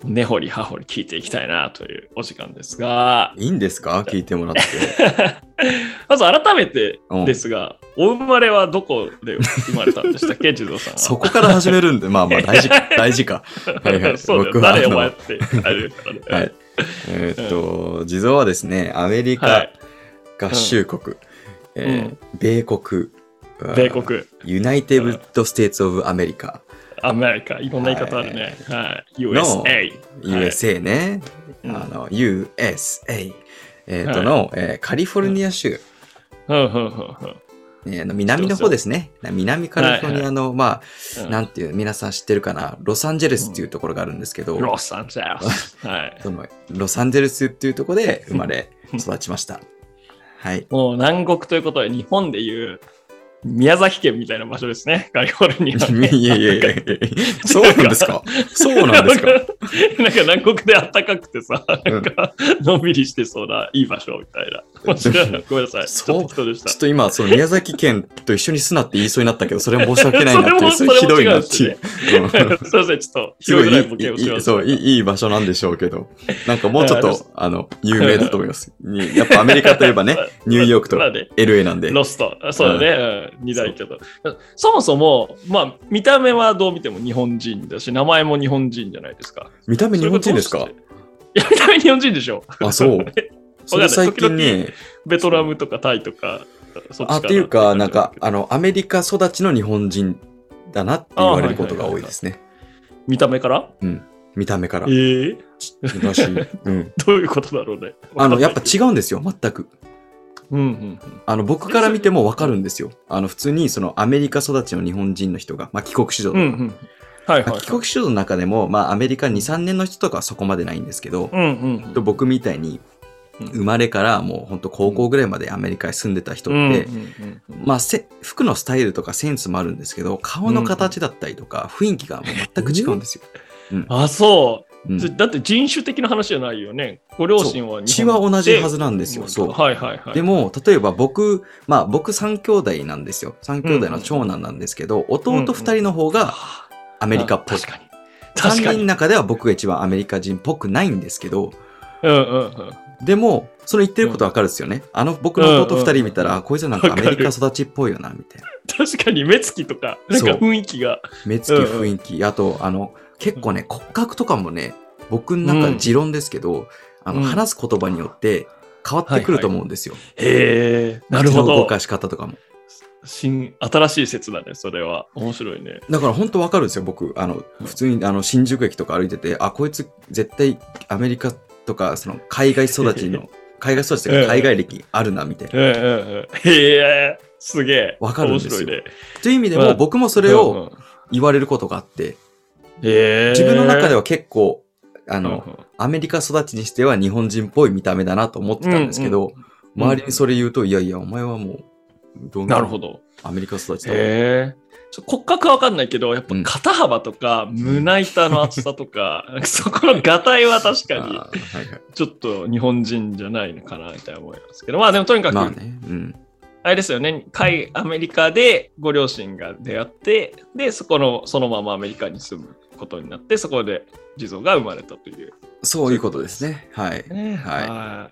根掘り葉掘り聞いていきたいなというお時間ですが。 いいんですか聞いてもらって。 まず改めてですが、うん、お生まれはどこで生まれたんでしたっけ、地蔵さんは。 そこから始めるんで、まあまあ大事か、大事か。はいはい。 そうだよ、誰お前ってあるからね。 はい。えー、っと、うん、地蔵はですね、アメリカ合衆国、はいうんえー、米国、 米国、 ユナイテッド・ステーツ・オブ・アメリカ。 アメリカ、いろんな言い方あるね。はい。はい、ユーエスエー。 ユーエスエー ね。はい、あの、ユーエスエー。えっとの、はいえー、カリフォルニア州。 うんうんうんうんえー、南の方ですね。南カリフォルニアの、はいはい、まあ、うん、なんていう、皆さん知ってるかな、ロサンゼルスっていうところがあるんですけど、 うん、ロサンゼルス。はい。 そのロサンゼルスっていうところで生まれ、育ちました。はい。 もう南国ということで、日本でいう、宮崎県みたいな場所ですね、カリフォルニア、ね。 いやいやいやいやそうなんですかそうなんですかなんか南国で暖かくてさ、なんか、のんびりしてそうな、いい場所みたいな。ごめんなさい。 そう、ちょっと今、その宮崎県と一緒にすなって言いそうになったけど、それは申し訳ないなっていう、それひどいなっていう。 すいません、ちょっと、 すごいいい、そういい、いい場所なんでしょうけど、なんかもうちょっと、あの、有名だと思います。やっぱアメリカといえばね、ニューヨークと エルエー なんで。 ロスト、そうだね。二大巨頭。そもそも、まあ、見た目はどう見ても日本人だし、名前も日本人じゃないですか。 見た目日本人ですか？ いや、見た目日本人でしょ。 あ、そう。それ最近ね、 ベトナムとかタイとか、 そっちかな。あ、っていうか、なんか、あの、アメリカ育ちの日本人だなって言われることが多いですね。 見た目から？ うん。見た目から。 ええー。らしい。うん。 どういうことだろうね。 あの、やっぱ違うんですよ、全く。 うんうんうん、 あの僕から見ても分かるんですよ。あの普通にそのアメリカ育ちの日本人の人が、まあ、帰国子女とか、うんうんはいはいはい、帰国子女の中でも、まあ、アメリカに、さんねんの人とかはそこまでないんですけど、 うんうんうん、 と僕みたいに生まれからもう本当高校ぐらいまでアメリカに住んでた人って、うんうんうんまあ、せ服のスタイルとかセンスもあるんですけど、顔の形だったりとか雰囲気がもう全く違うんですよ。 うん、あ、そう。うん、だって人種的な話じゃないよね。ご両親は血は同じはずなんですよ。そう。 はいはいはい。 でも、例えば僕、まあ僕さん兄弟なんですよ。さん兄弟の長男なんですけど、うん、弟ふたりの方がアメリカっぽい。 確かに。 さんにんの中では僕が一番アメリカ人っぽくないんですけど、 うんうんうん、 でも、その言ってることわかるですよね。うん、あの僕の弟ふたり見たら、うんうん、こいつはなんかアメリカ育ちっぽいよな、みたいな。 確かに目つきとか、なんか雰囲気が。 目つき、雰囲気。うんうん、あと、あの、結構ね、骨格とかもね、僕の中で持論ですけど、うん、あの話す言葉によって変わってくると思うんですよ。 はいはい、へえ、なるほど。 口の動かし方とかも。 新、新しい説だね、それは。面白いね。 だから本当わかるんですよ、僕。あの、普通にあの新宿駅とか歩いてて、あ、こいつ絶対アメリカとか、その海外育ちの、海外育ちとか海外歴あるな、みたいな。 へえ、すげえ。 わかるんですよ。 面白いね。 という意味でも、僕もそれを言われることがあって、自分の中では結構、あの、うんうん、アメリカ育ちにしては日本人っぽい見た目だなと思ってたんですけど、うんうん、周りにそれ言うと、いやいや、お前はもう、 どんなるほど。 アメリカ育ちだ。 へー。骨格はわかんないけど、やっぱ肩幅とか、うん、胸板の厚さとか、そこのがたいは確かに、はいはい、ちょっと日本人じゃないのかな、みたいな思いますけど、まあでもとにかく、 まあね、うん、 あれですよね、海アメリカでご両親が出会って、で、そこの、そのままアメリカに住むことになって、そこで地蔵が生まれたという。 そういうことですね。はい。 ね、 はい。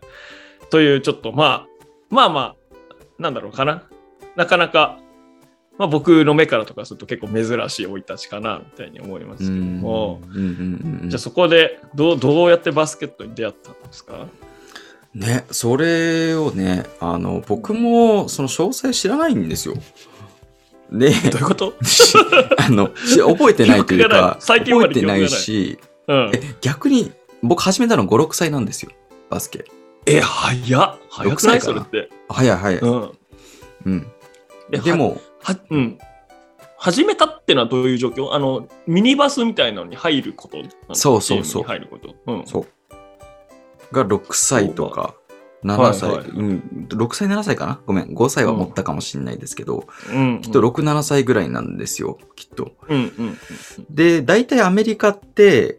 という、ちょっとまあ、まあまあ、なんだろうかな。なかなか、まあ僕の目からとかすると結構珍しい生い立ちかな、みたいに思いますけども。じゃあそこでどう、どうやってバスケットに出会ったんですか？ ね、それをね、あの、僕もその詳細知らないんですよ。で、 どういうことあの、覚えてないというか、 最近覚えてないし、 うん、 え逆に僕始めたのご、ろくさいなんですよ、バスケ。 え、早っ早くないそれって。 早い早い。うん。うん。でも、 は、うん。始めたってのはどういう状況？あの、ミニバスみたいなのに入ることなんですか？ そうそうそう。 入ること。うん。 そう。がろくさいとか、ななさい、はいはい、うん。ろくさい、ななさいかな？ごめん。ごさいは持ったかもしれないですけど、うんうん、きっとろく、ななさいぐらいなんですよ、きっと。 うんうんうん、 で、大体アメリカって、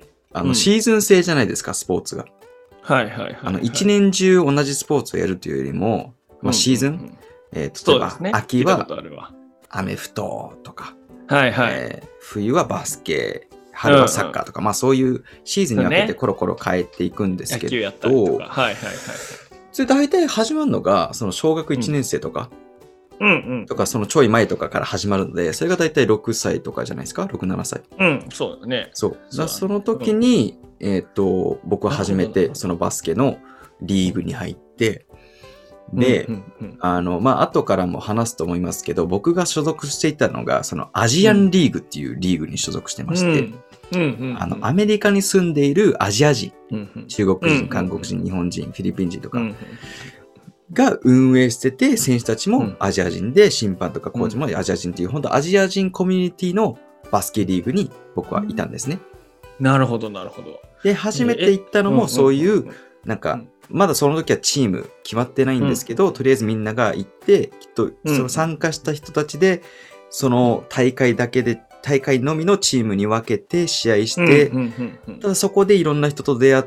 あの、うん、シーズン制じゃないですか、スポーツが。 はいはいはい、はい。 あの、一年中同じスポーツをやるというよりも、まあ、シーズン、うんうんうん、えー、例えば、ね、秋はアメフトとか、 はいはい、 えー、冬はバスケ、 春はサッカーとか、うんうん、まあそういうシーズンに分けてコロコロ変えていくんですけど、野球やったりとか、はいはいはい。それ大体始まるのが、その小学いちねん生とか、 うんうんうん、 とか、そのちょい前とかから始まるので、それが大体ろくさいとかじゃないですか ?ろく、ななさい。 うん、そうだね。 そう。だその時に、うん、えっと、僕は初めてそのバスケのリーグに入って、で、うんうんうん、あの、まあ、後からも話すと思いますけど、僕が所属していたのが、そのアジアンリーグっていうリーグに所属してまして、うんうんうんうん、あの、アメリカに住んでいるアジア人、うんうん、中国人、韓国人、日本人、フィリピン人とか、うんうんが運営してて、選手たちもアジア人で、審判とかコーチもアジア人っていう、本当アジア人コミュニティのバスケリーグに僕はいたんですね。 なるほど、なるほど。 で、初めて行ったのもそういう、なんか、まだその時はチーム決まってないんですけど、とりあえずみんなが行って、きっとその参加した人たちで、その大会だけで、大会のみのチームに分けて試合して、ただそこでいろんな人と出会って、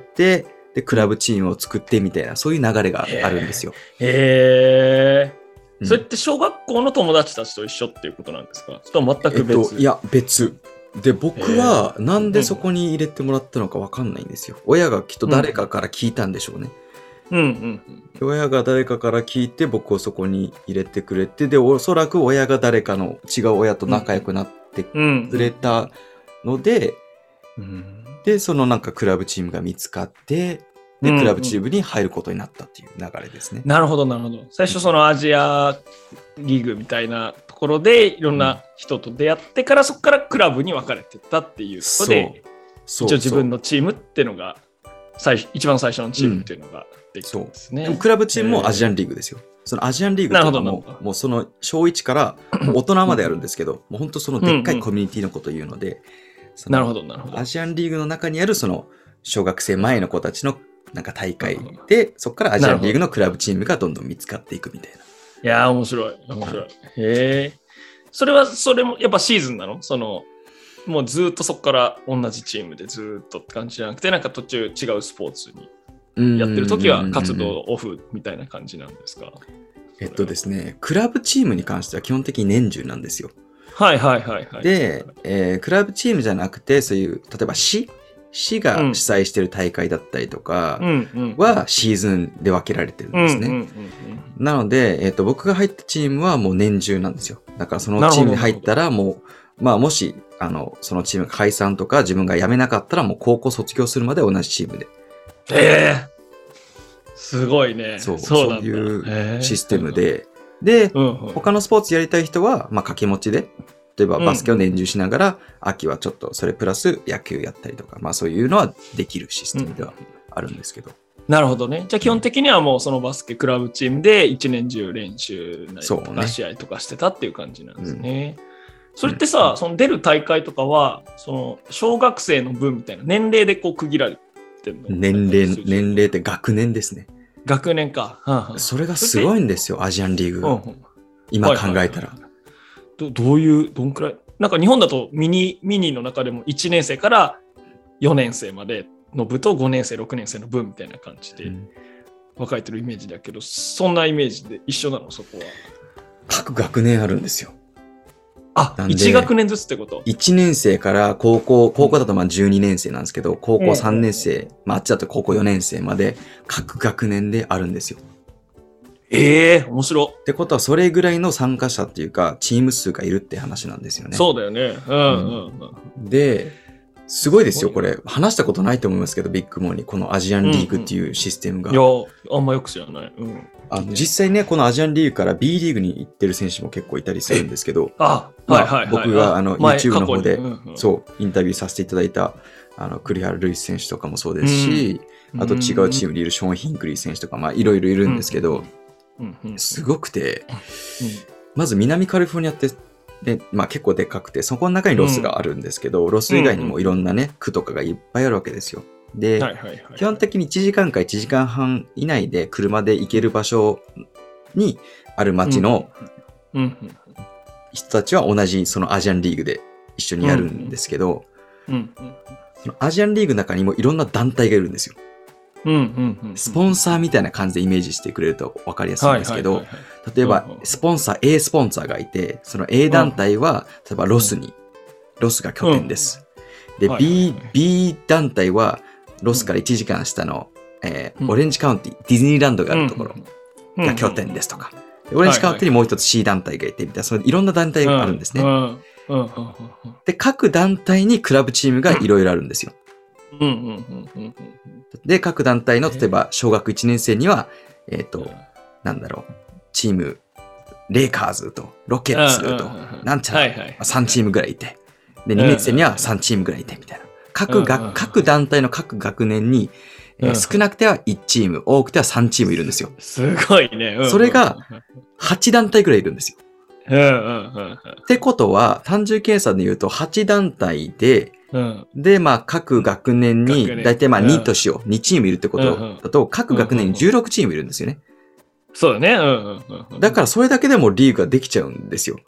で、クラブチームを作ってみたいな、そういう流れがあるんですよ。 へー。うん、それって小学校の友達たちと一緒っていうことなんですか？それとも全く別？ えっと、いや、別。で、僕はなんでそこに入れてもらったのかわかんないんですよ。親がきっと誰かから聞いたんでしょうね。 うんうんうん、 親が誰かから聞いて僕をそこに入れてくれて、で、おそらく親が誰かの違う親と仲良くなってくれたので、うんうんうんで、そのなんかクラブチームが見つかって、で、クラブチームに入ることになったっていう流れですね。 うんうん、なるほど、なるほど。最初そのアジアリーグみたいなところでいろんな人と出会ってから、そこからクラブに分かれてったっていうことで、そうそう一応自分のチームっていうのが、最初一番最初のチームっていうのができたんですね。うん、 でもクラブチームもアジアンリーグですよ。そのアジアンリーグっていうのはもう、もうその小いちから大人までやるんですけど、もう本当そのでっかいコミュニティのことを言うので、 なるほど、なるほど。 アジアンリーグの中にあるその小学生前の子たちのなんか大会で、そこからアジアンリーグのクラブチームがどんどん見つかっていくみたいな。 いやー、面白い。面白い。へえ。それは、それもやっぱシーズンなの？その、もうずっとそこから同じチームでずっとって感じじゃなくて、なんか途中違うスポーツにやってる時は活動オフみたいな感じなんですか？ えっとですね、クラブチームに関しては基本的に年中なんですよ。 はいはいはいはい。 で、えー、クラブチームじゃなくて、そういう、例えば市市が主催してる大会だったりとかはシーズンで分けられてるんですね。なので、えっと、僕が入ったチームはもう年中なんですよ。だからそのチームに入ったらもう、まあもし、あの、そのチームが解散とか自分が辞めなかったらもう高校卒業するまで同じチームで。 えー、すごいね。 そう、そう、そういうシステムで、で、うんうん、他のスポーツやりたい人は、まあ、掛け持ちで、例えばバスケを年中しながら、うん、秋はちょっとそれプラス野球やったりとか、まあそういうのはできるシステムではあるんですけど。うん、 なるほどね。じゃあ基本的にはもうそのバスケクラブチームで一年中練習なりとか試合とかしてたっていう感じなんですね。うん、それってさ、うん、その出る大会とかは、その小学生の分みたいな年齢でこう区切られてるの？ 年齢、年齢って学年ですね。 学年か。はんはんそれがすごいんですよ、アジアンリーグが。うんうん、今考えたら、はいはいはい。 ど。どういう、どんくらいなんか日本だとミニ、ミニの中でもいちねん生からよねん生までの部とごねん生、ろくねん生の部みたいな感じで分かれてるイメージだけど、そんなイメージで一緒なの、そこは。 各学年あるんですよ。 あ、いち学年ずつってこと？ いちねん生から高校、高校だとまあじゅうにねん生なんですけど、高校さんねん生、うん、まああっちだと高校よねん生まで各学年であるんですよ。 ええー、面白。 ってことはそれぐらいの参加者っていうか、チーム数がいるって話なんですよね。 そうだよね。うんうんうん。で、すごいですよ、これ。話したことないと思いますけど、ビッグモーにこのアジアンリーグっていうシステムが。 うんうん、いや、あんまよく知らない。うん。 あの実際ね、このアジアンリーグから B リーグに行ってる選手も結構いたりするんですけど、 あ、 まあ、 はいはいはい、 僕があの YouTube の方で、うんうん、そうインタビューさせていただいたあの栗原ルイス選手とかもそうですし、うん、あと違うチームにいるショーン・ヒンクリー選手とか、まあいろいろいるんですけど、うんうん、すごくて、うん、まず南カリフォルニアってで、まあ、結構でかくて、そこの中にロスがあるんですけど、うん、ロス以外にもいろんなね、区とかがいっぱいあるわけですよ。で、はいはいはいはい、基本的にいちじかんかいちじかんはん以内で車で行ける場所にある町の人たちは同じそのアジアンリーグで一緒にやるんですけど、そのアジアンリーグの中にもいろんな団体がいるんですよ。スポンサーみたいな感じでイメージしてくれると分かりやすいんですけど、例えばスポンサー A スポンサーがいて、その A 団体は例えばロスに、ロスが拠点です。 で、 はい B、B 団体はロスからいちじかん下の、えーうんオレンジカウンティ、ディズニーランドがあるところが拠点ですとか。でオレンジカウンティにもう一つ C 団体がいてみたいな、そのいろんな団体があるんですね。 うんうんうんうんで、各団体にクラブチームがいろいろあるんですよ。 うんうんうんうんで、各団体の、例えば小学いちねん生には、えっと、なんだろう、チーム、レイカーズとロケッツと、なんちゃら、さんチームぐらいいて、で、にねん生にはさんチームぐらいいてみたいな。各が、各団体の各学年に、えー少なくてはいちチーム、多くてはさんチームいるんですよ。 すごいね。 それがはち団体ぐらいいるんですよ。 うんうんうんってことは、単純計算で言うとはち団体で、 うんで、まあ、各学年に、 学年だいたいまあうんにとしよう。にチームいるってことだと、各学年にじゅうろくチームいるんですよね。 そうだね。うんうんうん。 だからそれだけでもリーグができちゃうんですよ。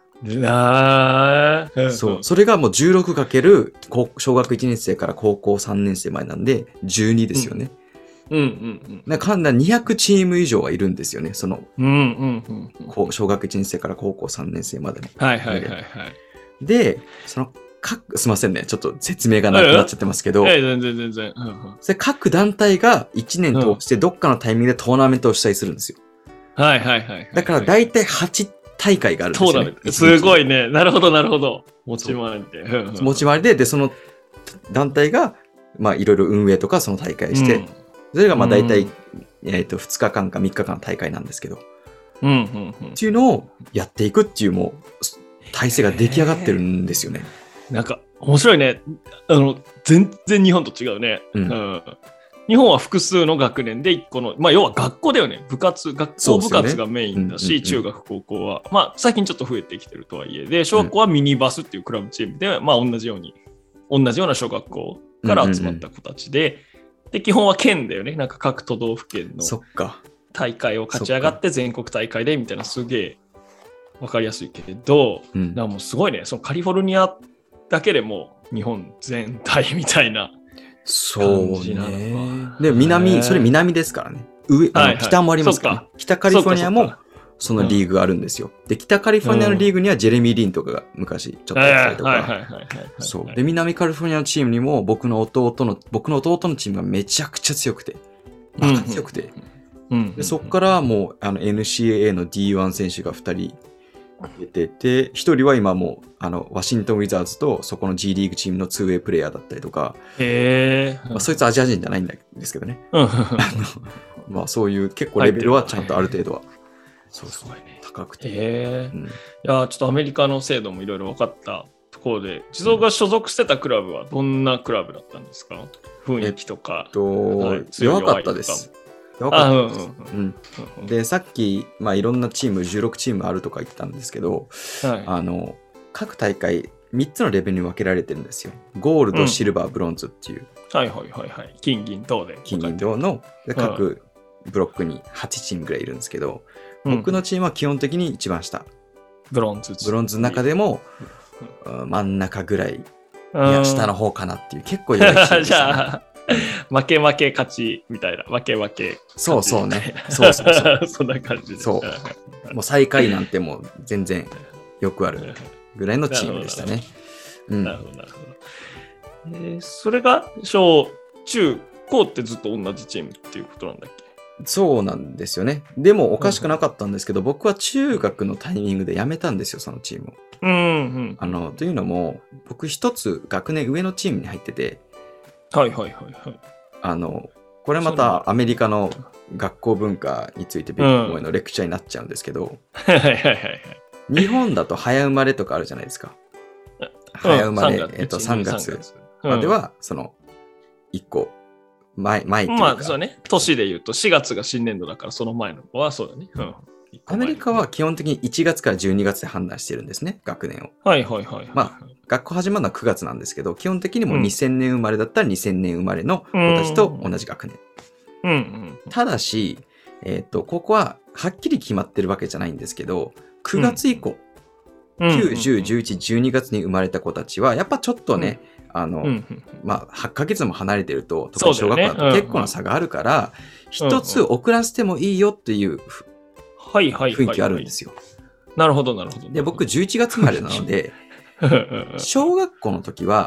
なあ。 そう。それがもうじゅうろくかける小学いちねん生から高校さんねん生までなんで、じゅうにですよね。 うんうんなんかにひゃくチーム以上はいるんですよね。その、 うん。うんうんうんうん。 こう小学いちねん生から高校さんねん生までの。 はいはいはいはい。 で、その、各、すいませんね。ちょっと説明がなくなっちゃってますけど、 ええ、全然全然。うんうんそれ各団体がいちねん通してどっかのタイミングでトーナメントを主催するんですよ。 はいはいはいはい。 だから大体はち大会があるんですよね。 トーナメント。すごい。 いね。なるほどなるほど。持ち回りで。うんうん持ち回りで、で、その団体が、まあいろいろ運営とかその大会して、 うんそれがまあ大体、 うんえっと、ふつかかんかみっかかんの大会なんですけど、 うんうんうんっていうのをやっていくっていうもう、体制が出来上がってるんですよね。 なんか、面白いね。あの、全然日本と違うね。 うんうん日本は複数の学年で一個の、まあ要は学校だよね。部活、学校部活がメインだし、中学、高校は。まあ最近ちょっと増えてきてるとはいえ。で、小学校はミニバスっていうクラブチームで、まあ同じように、同じような小学校から集まった子たちで、で、基本は県だよね。なんか各都道府県のそっか。 大会を勝ち上がって全国大会でみたいなすげえわかりやすいけれど、 うんだからもうすごいね。そのカリフォルニアだけでも日本全体みたいな。 そう感じなのね。 かで、 へ南、 ーそれ南ですからね。上、あのはいはい北もありますからね、 そっか北カリフォルニアもそっかそのリーグがあるんですよ。で、北カリフォルニアのリーグにはジェレミー・リンとかが昔ちょっとはいはいやったりとか。 はいはいはいはい。 そう。で、南カリフォルニアのチームにも僕の弟の、僕の弟のチームがめちゃくちゃ強くて、バカ強くて。 うん、 でそっからもうあの エヌシーエー の ディーワン 選手がふたり出てて、ひとりは今もうあのワシントンウィザーズとそこの G リーグチームのツーウェイプレイヤーだったりとか、 へえ。 まあ、そいつアジア人じゃないんですけどね。 うん。 あのまあそういう結構レベルはちゃんとある程度は、そうそうすごいね。 高くて。 へえ。 うんいや、ちょっとアメリカの制度もいろいろ分かったところで、地蔵が所属してたクラブはどんなクラブだったんですか？雰囲気とか。 と、 はい強い弱かったです。弱かったです。 あうんで、さっき、まあ、いろんなチーム、じゅうろくチームあるとか言ったんですけど、 はい。 あの、各大会、みっつのレベルに分けられてるんですよ。ゴールド、 うんシルバー、ブロンズっていう、 はいはいはいはい。金銀銅で。 金銀銅の、で各ブロックにはちチームぐらいいるんですけど、 うん僕のチームは基本的に一番下。 ブロンズ。 ブロンズの中でも、うん真ん中ぐらい、いうん、 や、下の方かなっていう、結構弱いチームでじしたね。 ゃあ、負け負け勝ちみたいな。負け負け。 そうそうね。そうそうそう。 そんな感じで。 そうもう最下位なんてもう全然よくあるぐらいのチームでしたね。うんなるほど、なるほど。えーそれが小、中、高ってずっと同じチームっていうことなんだっけ？ そうなんですよね。でもおかしくなかったんですけど、僕は中学のタイミングで辞めたんですよ、そのチームを。 うんうん。 あの、というのも、僕一つ学年上のチームに入ってて、 はいはいはいはい。 あの、これまたアメリカの学校文化についてビッグボーイのレクチャーになっちゃうんですけど、 はいはいはいはい。 日本だと早生まれとかあるじゃないですか。早生まれ、えっとさんがつまでは、その、いっこ前、前っていうか、 まあそうね。年で言うとしがつが新年度だからその前の子はそうだね。うんアメリカは基本的にいちがつからじゅうにがつで判断してるんですね、学年を。 はいはいはいはい。 まあ、学校始まるのはくがつなんですけど、基本的にもうにせんねん生まれだったらにせんねん生まれの子たちと同じ学年。 うんうん。 ただし、えっと、ここははっきり決まってるわけじゃないんですけど、くがつ以降、きゅう、じゅう、じゅういち、じゅうにがつに生まれた子たちは、やっぱちょっとね、あの、 うんうんまあ、はちかげつも離れてると、特に小そうだよね学校だと結構な差があるから、一つ遅らせてもいいよっていうふはいはいはいはい。 雰囲気あるんですよ。 なるほどなるほど。 で、僕じゅういちがつ生まれなので、小学校の時は、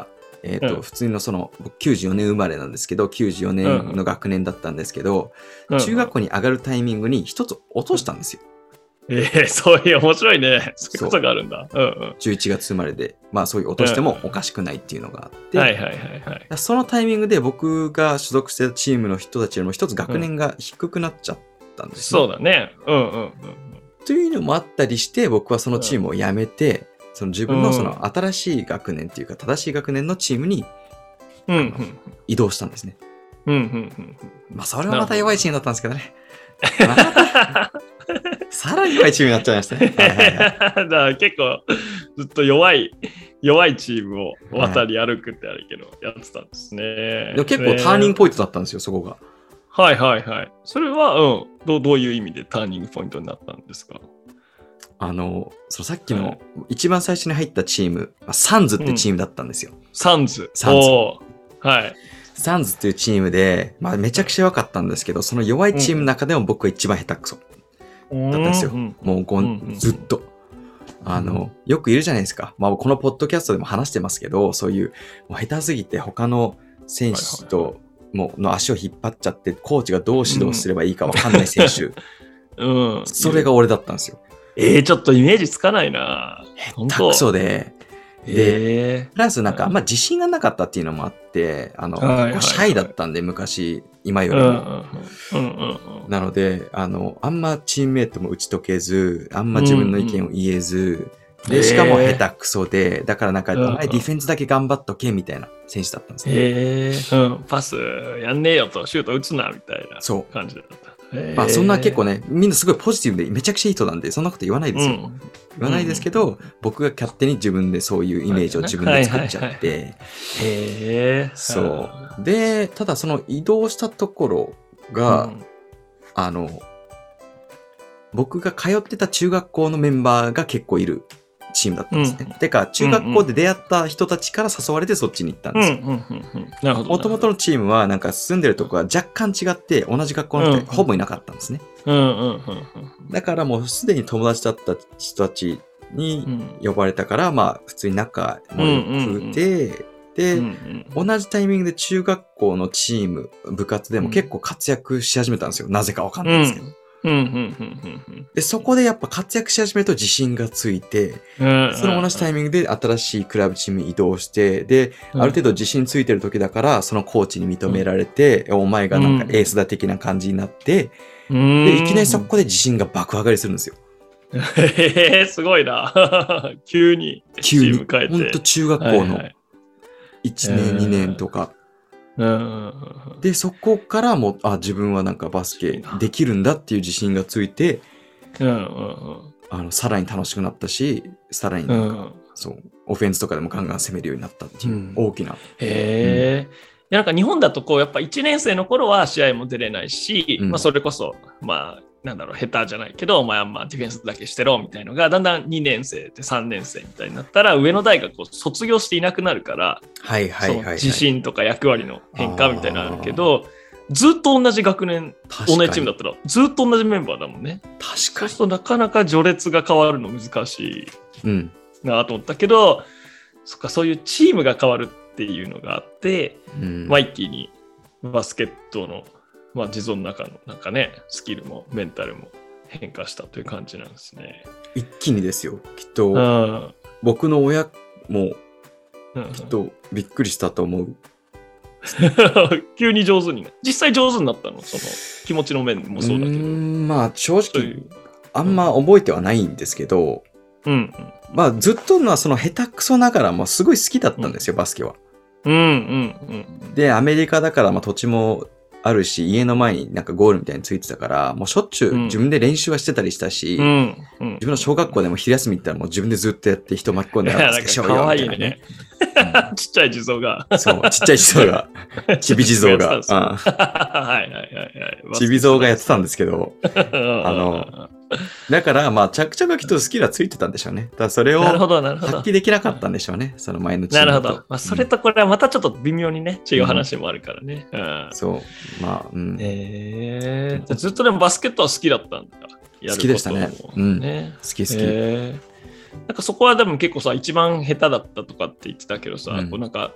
えっ、ー、と、うん、普通のその、きゅうじゅうよねん生まれなんですけど、きゅうじゅうよねんの学年だったんですけど、うん、中学校に上がるタイミングに一つ落としたんですよ。 ええー、そういう面白いね。そういうことがあるんだ。うんうん、 じゅういちがつ生まれで、まあそういう落としてもおかしくないっていうのがあって、 はいはいはいはい。 そのタイミングで僕が所属してたチームの人たちよりも一つ学年が低くなっちゃったんですよ、うん。そうだね。うんうんうん。 というのもあったりして、僕はそのチームを辞めて、うん、その自分のその新しい学年っていうか正しい学年のチームに、うんうん、移動したんですね。 うんうんうん、 まあそれはまた弱いチームだったんですけどね。またさらに弱いチームになっちゃいましたね。はいはいはい、 だから結構ずっと弱い弱いチームを渡り歩くってあるけど、はい、やってたんですね。 でも結構ターニングポイントだったんですよ、そこが。 はいはいはい。それは、うん、どう、どういう意味でターニングポイントになったんですか？ あの、そのさっきの一番最初に入ったチーム、はい、サンズってチームだったんですよ。うん、 サンズ。 サンズ。 はい。 サンズっていうチームで、まあめちゃくちゃ弱かったんですけど、その弱いチームの中でも僕が一番下手くそだったんですよ。うん、もうご、うん、ずっと。あの、よくいるじゃないですか。まあこのポッドキャストでも話してますけど、そういう、もう下手すぎて他の選手と、はいはいはい、もうの足を引っ張っちゃって、コーチがどう指導すればいいか分かんない選手。うん。それが俺だったんですよ。 えー、ちょっとイメージつかないな。 下手くそで。で、プラスなんかあんま自信がなかったっていうのもあって、あの、結構シャイだったんで、昔、今よりも。なので、あの、あんまチームメイトも打ち解けず、あんま自分の意見を言えず、で、しかも下手くそで、だからなんか、お前ディフェンスだけ頑張っとけ、みたいな選手だったんですね。 へー、うん、パスやんねえよと、シュート打つな、みたいな感じだった。 まあそんな結構ね、みんなすごいポジティブでめちゃくちゃいい人なんで、そんなこと言わないですよ。うん、言わないですけど、うん、僕が勝手に自分でそういうイメージを自分で作っちゃって。へえ。 そう。で、ただその移動したところが、うん、あの、僕が通ってた中学校のメンバーが結構いるチームだったんですね。うん、てか、中学校で出会った人たちから誘われてそっちに行ったんですよ。 なるほど。 もともとのチームはなんか住んでるとこが若干違って同じ学校の人がほぼいなかったんですね。だからもうすでに友達だった人たちに呼ばれたから、まあ普通に仲も良くて、で、同じタイミングで中学校のチーム、部活でも結構活躍し始めたんですよ。なぜかわかんないですけど。で、そこでやっぱ活躍し始めると自信がついて、その同じタイミングで新しいクラブチームに移動して、で、ある程度自信ついてる時だから、そのコーチに認められて、お前がなんかエースだ的な感じになって、で、いきなりそこで自信が爆上がりするんですよ。 へー、すごいな。急にチーム変えて。 ほんと中学校のいちねん、にねんとか。で、そこからもう、あ、自分はなんかバスケできるんだっていう自信がついて、うんうんうん、あの、さらに楽しくなったし、さらになんか、うん、そう、オフェンスとかでもガンガン攻めるようになったっていう大きな。うん、 へえ、うん。なんか日本だとこう、やっぱいちねん生の頃は試合も出れないし、うん、まあそれこそ、まあ、なんだろう、下手じゃないけど、お前はまあディフェンスだけしてろみたいのが、だんだんにねん生でさんねん生みたいになったら、上の代がこう卒業していなくなるから、 はいはいはい、はい、 自信とか役割の変化みたいなのあるけど、ずっと同じ学年、同じチームだったら、ずっと同じメンバーだもんね。 確かに。 そうするとなかなか序列が変わるの難しいなと思ったけど、うん、そっか、そういうチームが変わるっていうのがあって、うん、まあ一気にバスケットの、まあ、地蔵の中のなんかね、スキルもメンタルも変化したという感じなんですね。 一気にですよ。きっと、うん、僕の親もきっとびっくりしたと思う。 急に上手になる。実際上手になったの？その気持ちの面もそうだけど。うーん、まあ正直あんま覚えてはないんですけど、うんうん、まあずっとのはその下手くそながらもすごい好きだったんですよ、うん、バスケは。 うんうんうん、 で、アメリカだからまあ土地もあるし、家の前になんかゴールみたいについてたから、もうしょっちゅう自分で練習はしてたりしたし、うんうん、自分の小学校でも昼休み行ったらもう自分でずっとやって人巻き込んでバスケしようよみたいなね。 ちっちゃい地蔵が。 そう、ちっちゃい地蔵が。ちび地蔵が。 はいはいはいはい。 ちび蔵がやってたんですけど、あの、だからまあ着々がきっとスキルはついてたんでしょうね。だからそれを発揮できなかったんでしょうね。その前のチームと。 なるほど。まあ、それとこれはまたちょっと微妙にね、違う話もあるからね。うんうん、そう。まあ、うん。 えー、ずっとでもバスケットは好きだったんだ。 やる好きでしたね。うん。ね、好き好き。 えー、なんかそこはでも結構さ、一番下手だったとかって言ってたけどさ、うん、こうなんか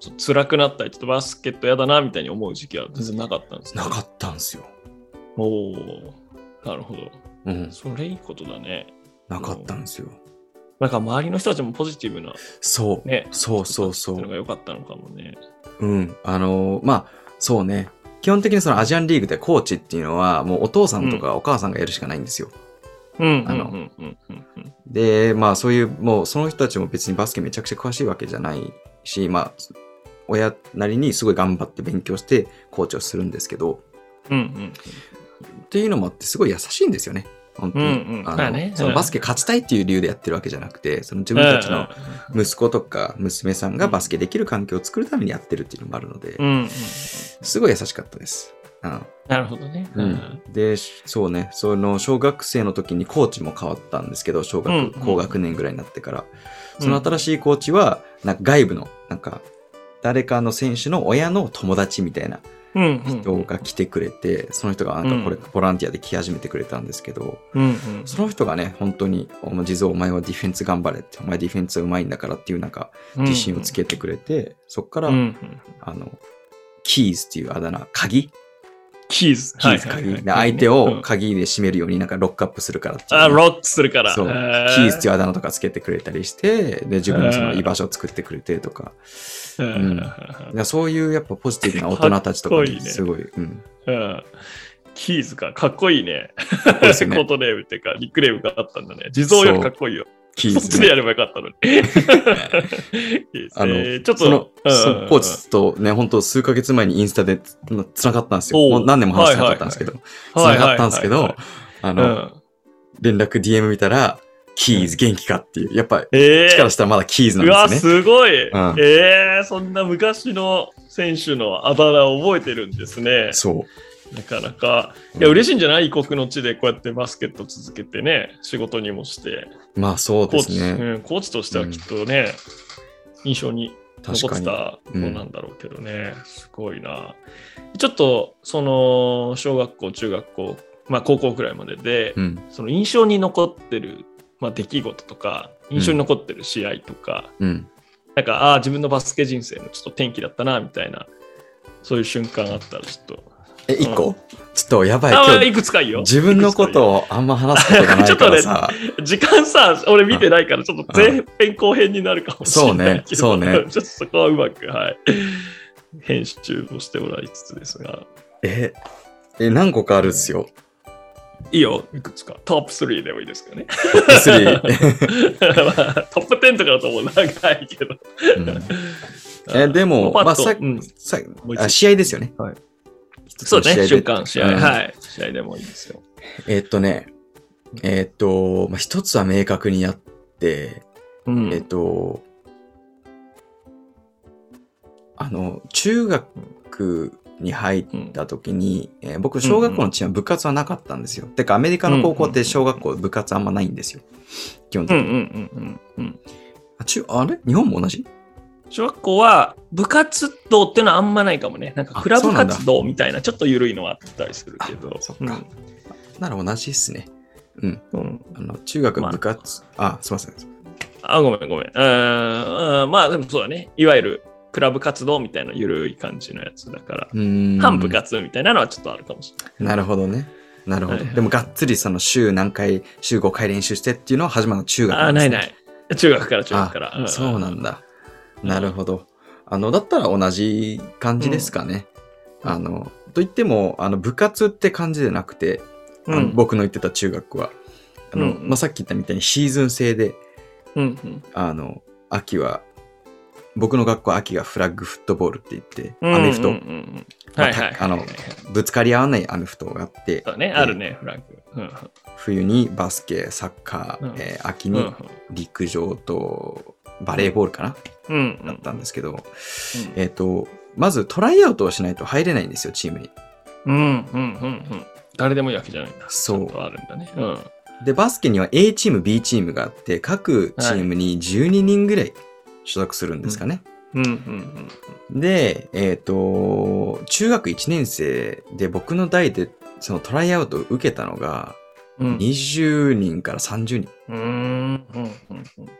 ちょっと辛くなったり、ちょっとバスケットやだなみたいに思う時期は全然なかったんですか？ なかったんですよ。 おお、なるほど。 うん。 それいいことだね。 なかったんですよ。 なんか周りの人たちもポジティブな、 そう。 ね、 そうそうそう。 それが良かったのかもね。 うん。あのー、まあ、そうね。基本的にそのアジアンリーグでコーチっていうのは、もうお父さんとかお母さんがやるしかないんですよ。 うん。 あの、で、まあそういう、もうその人たちも別にバスケめちゃくちゃ詳しいわけじゃないし、まあ、親なりにすごい頑張って勉強してコーチをするんですけど、 うんうん、 っていうのもあってすごい優しいんですよね。本当に。うんうん、あの、ね、そのバスケ勝ちたいっていう理由でやってるわけじゃなくて、その自分たちの息子とか娘さんがバスケできる環境を作るためにやってるっていうのもあるので、うんうん、すごい優しかったです。うん、 なるほどね、 うん。で、そうね、その小学生の時にコーチも変わったんですけど、小学、うんうん、高学年ぐらいになってから、その新しいコーチは、なんか外部の、なんか誰かの選手の親の友達みたいな人が来てくれて、うんうん、その人がなんかこれボランティアで来始めてくれたんですけど、うんうん、その人がね、本当に、地蔵お前はディフェンス頑張れって、お前ディフェンスは上手いんだからっていうなんか自信をつけてくれて、うんうん、そっから、うんうん、あの、キーズっていうあだ名、鍵キーズ。 キーズ鍵。はいはいはい、相手を鍵で閉めるようになんかロックアップするからっていう、 ね。あ、ロックするから。 そう。キーズっていうあだ名とかつけてくれたりして、で、自分のその居場所を作ってくれてとか。うん、そういうやっぱポジティブな大人たちとかにすごい。うん。 うん、キーズか。かっこいいね。かっこいいですね。コートネームっていうか、ニックネームがあったんだね。地蔵よりかっこいいよ。キーズ、ね。そっちでやればよかったのに。 あの、えー、ちょっと、その、そのコーチとね、本当数ヶ月前にインスタでつながったんですよ。もう何年も話してなかったんですけど。つながったんですけど、あの、うん、連絡 ディーエム 見たら、キーズ元気かっていう。やっぱり、えー、力したらまだキーズなんですね。うわ、 すごい。うん、えー、そんな昔の選手のあだ名を覚えてるんですね。 そう。 なかなか、いや、嬉しいんじゃない？異国の地でこうやってバスケット続けてね、仕事にもして。 まあそうですね。 コーチ、うん、コーチとしてはきっとね、うん、印象に残ってた子なんだろうけどね、うん、すごいな。ちょっと、その、小学校、中学校、まあ高校くらいまでで、うん、その印象に残ってる、まあ、出来事とか、印象に残ってる試合とか、うん、なんか、ああ、自分のバスケ人生のちょっと転機だったな、みたいな、そういう瞬間あったらちょっと。 え、一個、うん、ちょっとやばい。 あ、いくつかいいよ。 自分のことをあんま話すことがないからさ。 ちょっとね、時間さ、俺見てないから、ちょっと前編後編になるかもしれないけど。 そうね、そうね。 ちょっとそこはうまく、はい。編集をしてもらいつつですが。 え、え、何個かあるっすよ。 いいよ、いくつか。トップスリーでもいいですかね。 トップスリー。 まあ、トップテンとかだともう長いけど。 うん、え、でも、まあ、さ、うん、さあ、試合ですよね。 はい。そうね、瞬間、試合、うん。はい。試合でもいいですよ。 えー、っとね、えー、っと、まあ、一つは明確にあって、うん、えー、っと、あの、中学に入った時に、うんえー、僕、小学校のチームは部活はなかったんですよ。うんうん、てか、アメリカの高校って小学校部活あんまないんですよ。基本的に。うんうんうんうん、あ、中、あれ日本も同じ？ 小学校は部活動っていうのはあんまないかもね。なんかクラブ活動みたいなちょっと緩いのはあったりするけど。 そっか。うん、なら同じっすね。うん。うん、あの中学部活、まあ、あ、すいません。 あ、ごめんごめん。うん、まあでもそうだね。いわゆるクラブ活動みたいな緩い感じのやつだから、半部活みたいなのはちょっとあるかもしれない。 なるほどね。なるほど。はいはい、でもがっつりその週何回、週ごかい練習してっていうのは始まるの中学なんですね。あ、ないない。中学から中学から。 うん、そうなんだ。なるほど。あの、だったら同じ感じですかね。うん、あの、といっても、あの、部活って感じでなくて、うん、僕の言ってた中学は、あの、うんまあ、さっき言ったみたいにシーズン制で、うんうん、あの、秋は、僕の学校は秋がフラッグフットボールって言って、アメフト。あの、ぶつかり合わないアメフトがあって。 そうね、あるね、フラッグ。うん、 冬にバスケ、サッカー、うんえー、秋に陸上と、バレーボールかな、うん、だったんですけど、うん、えっと、まずトライアウトをしないと入れないんですよ、チームに。 うん、うん、うん、うん。誰でもいいわけじゃないんだ。 そう。 あるんだね。うん。 で、バスケには A チーム、B チームがあって、各チームにじゅうににんぐらい所属するんですかね。うん、うん、うん、うん。で、えっと、中学いちねん生で僕の代でそのトライアウトを受けたのが、にじゅうにんからさんじゅうにん。うん、うん、うん。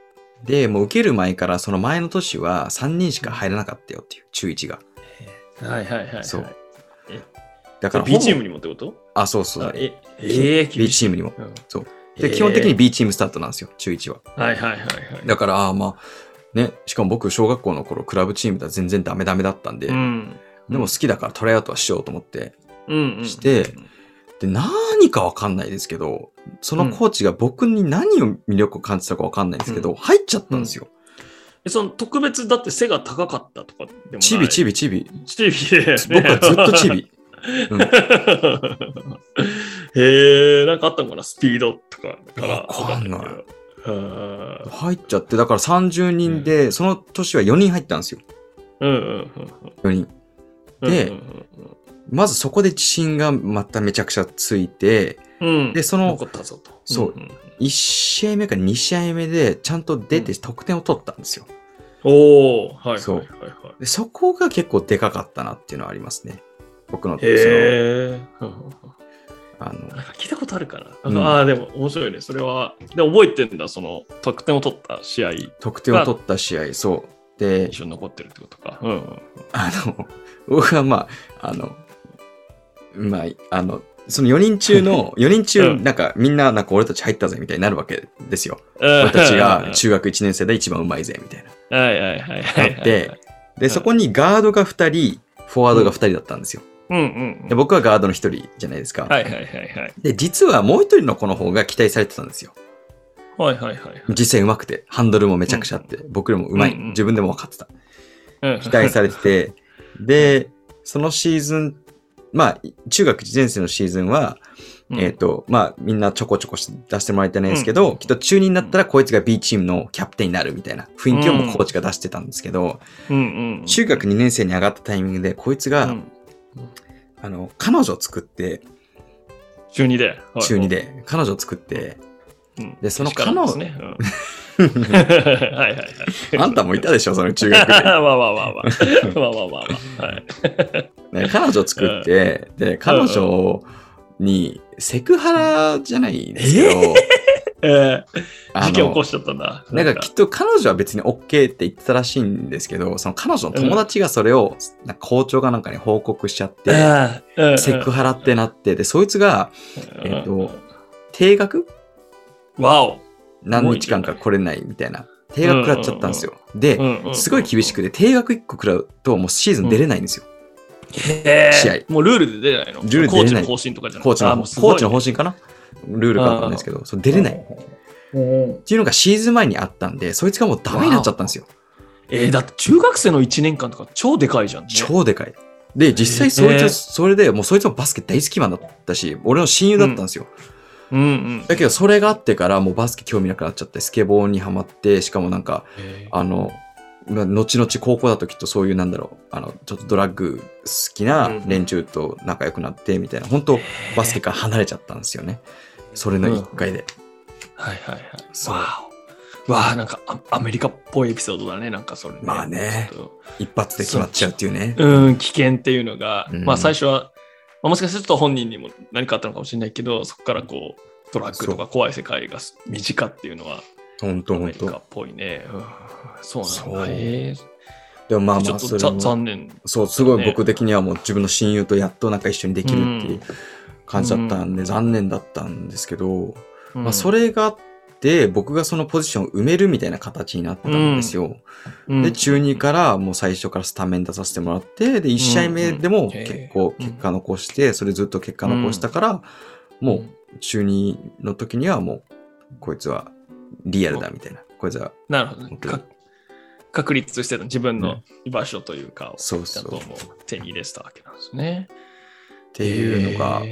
で、もう受ける前からその前の年はさんにんしか入らなかったよっていう、中いちが。 はいはいはい、はい。 そう。 えだから B チームにもってこと？ あ、そうそう。 え、えー、 B チームにも。 うん、 そう。で、基本的に B チームスタートなんですよ、中いちは。 はいはいはいはい。 だから、ああまあ、ね、しかも僕、小学校の頃、クラブチームでは全然ダメダメだったんで、 うん、 でも好きだからトライアウトはしようと思って、 うんうん、 して、で、何かわかんないですけど、そのコーチが僕に何を魅力を感じたかわかんないんですけど、うん、入っちゃったんですよ。 うん、その特別だって背が高かったとかでもない？ チビチビチビ。 チビで、ね。 僕はずっとチビ。うん、 へえ、なんかあったのかな、スピードとかから。 わかんない。入っちゃって、だからさんじゅうにんで、うん、その年はよにん入ったんですよ。 うんうんうん、 よにん。で、うんうんうん、まずそこで自信がまためちゃくちゃついて、 うん、 で、その、 残ったぞと。 そう、うんうん、いち試合目かに試合目でちゃんと出て得点を取ったんですよ。 うん、おー、はいはいはい、はい。 そうで。そこが結構でかかったなっていうのはありますね。僕の。 へー。 あの、 なんか聞いたことあるかな。なんか、うん、ああ、でも面白いね。それは。で、覚えてんだ、その、得点を取った試合。 得点を取った試合、そう。で、 一緒に残ってるってことか。うんうんうん、 あの、僕はまあ、あの、まあ、あの、そのよにん中の、よにん中、なんか、みんな、なんか俺たち入ったぜ、みたいになるわけですよ。俺たちが中学いちねん生で一番うまいぜ、みたいな。はいはいはいはい。 なって、で、そこにガードがふたり、フォワードがふたりだったんですよ。 うんうんうん、 で僕はガードのひとりじゃないですか。 はいはいはいはい。 で、実はもうひとりの子の方が期待されてたんですよ。 はいはいはい、はい。 実際上手くて、ハンドルもめちゃくちゃあって、うん、僕よりも上手い、うんうん。自分でも分かってた。うん、期待されてて、で、そのシーズン、まあ、中学いちねん生のシーズンは、うん、えっ、ー、と、まあ、みんなちょこちょこ出してもらえてないですけど、うん、きっと中になったらこいつが B チームのキャプテンになるみたいな雰囲気をもうコーチが出してたんですけど、うんうん、中学にねん生に上がったタイミングで、こいつが、うんあの、彼女を作って、 中にで。 中にで、彼女を作って、うん、で、その彼女、ねうん、はいはいはい。あんたもいたでしょ、その中学で。 まあまあまあまあ。まあまあまあまあ。はい。 ね、彼女を作って、で、彼女にセクハラじゃないんですけど、えーえー、事件起こしちゃったんだ。 なんかきっと彼女は別に OK って言ってたらしいんですけど、その彼女の友達がそれを、なんか校長がなんかに報告しちゃって、うん、セクハラってなって、で、そいつが、えっ、ー、と、定額わお何日間か来れないみたいな。定額食らっちゃったんですよ。で、すごい厳しくて、定額いっこ食らうともうシーズン出れないんですよ。 へー試合。もうルールで出れないの？ ルールで出れない。 コーチの方針とかじゃなくて。 コーチの、ね、コーチの方針かなルールかわかんないですけど、それ出れない。っていうのがシーズン前にあったんで、そいつがもうダメになっちゃったんですよ。 えー、だって中学生のいちねんかんとか超でかいじゃん、ね。 超でかい。で、実際そいつ、えー、それでもうそいつもバスケ大好きマンだったし、俺の親友だったんですよ。 うんうんうん、 だけどそれがあってからもうバスケ興味なくなっちゃって、スケボーにハマって、しかもなんか、えー、あの、後々高校だときっとそういうなんだろう、あの、ちょっとドラッグ好きな連中と仲良くなってみたいな、本当バスケから離れちゃったんですよね。それの一回で。 うん、はいはいはい。そう。わあ、なんかアメリカっぽいエピソードだね、なんかそれ、ね。 まあね、一発で決まっちゃうっていうね。 うん、危険っていうのが、うん、まあ最初は、まあ、もしかすると本人にも何かあったのかもしれないけど、そこからこう、ドラッグとか怖い世界が身近っていうのは、 本当本当。 アメリカっぽいね。うん、そうなんだ。へでもまあまあ、 ちょっと残念、ね。 そう、すごい僕的にはもう自分の親友とやっとなんか一緒にできるっていう感じだったんで、うん、残念だったんですけど、うん、まあそれがあって、僕がそのポジションを埋めるみたいな形になったんですよ。うん、で、中にからもう最初からスタメン出させてもらって、で、いち試合目でも結構結果残して、それずっと結果残したから、もう中にの時にはもう、こいつはリアルだみたいな。こいつは。 なるほどね。確立してた自分の居場所というかを、 そうそう。 ちゃんともう手に入れてたわけなんですね。 っていうのが、うん。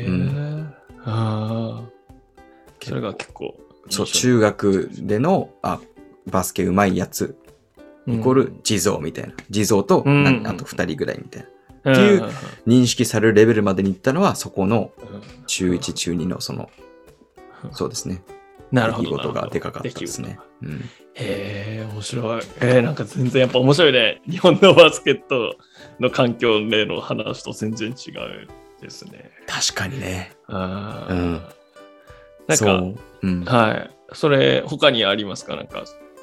あそれが結構。 そう、中学での、あ、バスケうまいやつ、イコール地蔵みたいな。地蔵と、うん、あとふたりぐらいみたいな。っていう認識されるレベルまでに行ったのは、そこの中いち、中にのその、そうですね。 なるほど。 出来事がでかかったですね。うん、 へえ、面白い。えー、なんか全然やっぱ面白いね。日本のバスケットの環境での話と全然違うですね。 確かにね。 あうん。 なんか、うん、はい。それ、他にありますか？なんか、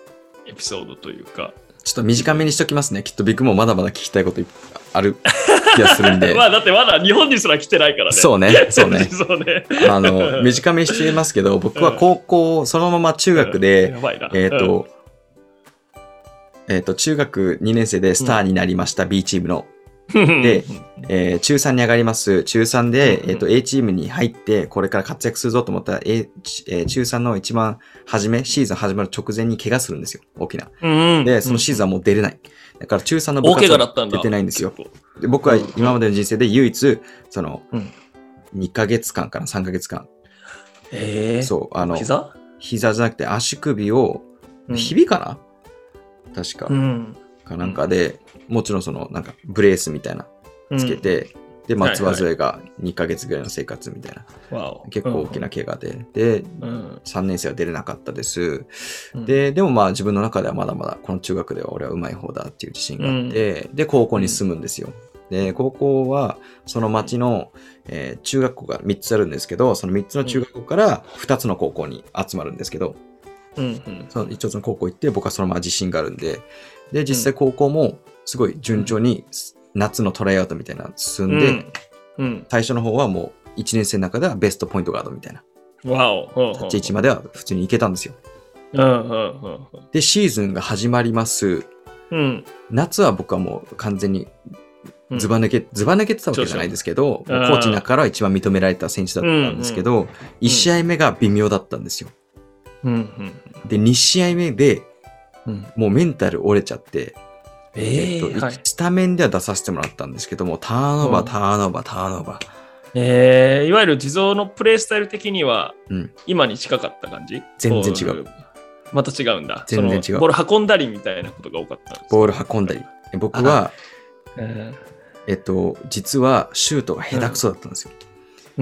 エピソードというか。 ちょっと短めにしときますね。きっとビッグもまだまだ聞きたいことある気がするんで。 まあだってまだ日本にすら来てないからね。 そうね、そうね。 そうね。 あの、短めにしてますけど、僕は高校、そのまま中学で、えっと、えっと、中学にねん生でスターになりました、うん、B チームの。で、えー、中さんに上がります。中さんで、えっと、A チームに入って、これから活躍するぞと思ったら、A えー、中さんの一番初め、シーズン始まる直前に怪我するんですよ。大きな。 うん、 で、そのシーズンはもう出れない。だから中さんの部活は出てないんですよ。で僕は今までの人生で唯一、その、にかげつかんかな、さんかげつかん。 えー、 そう、あの、 膝膝じゃなくて足首を、ひびかな、うん、確か。 うんかなんかで、もちろんその、なんか、ブレースみたいな、つけて、うん、で、松葉杖がにかげつぐらいの生活みたいな。 はいはい、 結構大きな怪我で、うん、で、うん、さんねん生は出れなかったです。うん、で、でもまあ自分の中ではまだまだ、この中学では俺は上手い方だっていう自信があって、うん、で、高校に進むんですよ。で、高校は、その町の、えー、中学校がみっつあるんですけど、そのみっつの中学校からふたつの高校に集まるんですけど、うんうん、その一つの高校行って、僕はそのまま自信があるんで、で、実際高校もすごい順調に夏のトライアウトみたいなの進んで、うんうん、最初の方はもういちねん生の中ではベストポイントガードみたいな。 わお。 タッチいちまでは普通に行けたんですよ。 うんうんうん、 で、シーズンが始まります。うん、夏は僕はもう完全にズバ抜け、うん、ズバ抜けてたわけじゃないですけど、コーチの中から一番認められた選手だったんですけど、うんうん、いち試合目が微妙だったんですよ。うんうん、で、に試合目で、うん、もうメンタル折れちゃって、 えーえっとはい、 スタメンでは出させてもらったんですけども、ターンオーバー、ターンオーバー、ターンオーバー。 えー、いわゆる地蔵のプレイスタイル的には、うん、今に近かった感じ？ 全然違う。 また違うんだ。 全然違う。 ボール運んだりみたいなことが多かったんです。 ボール運んだり。僕は、えー、えっと、実はシュートが下手くそだったんですよ。 うん、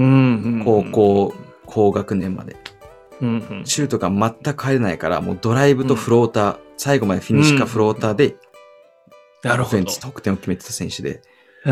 高校、高学年まで。 うんうん、 シュートが全く入れないから、もうドライブとフローター、うん、最後までフィニッシュかフローターで、 なるほど。 得点を決めてた選手で。 うん、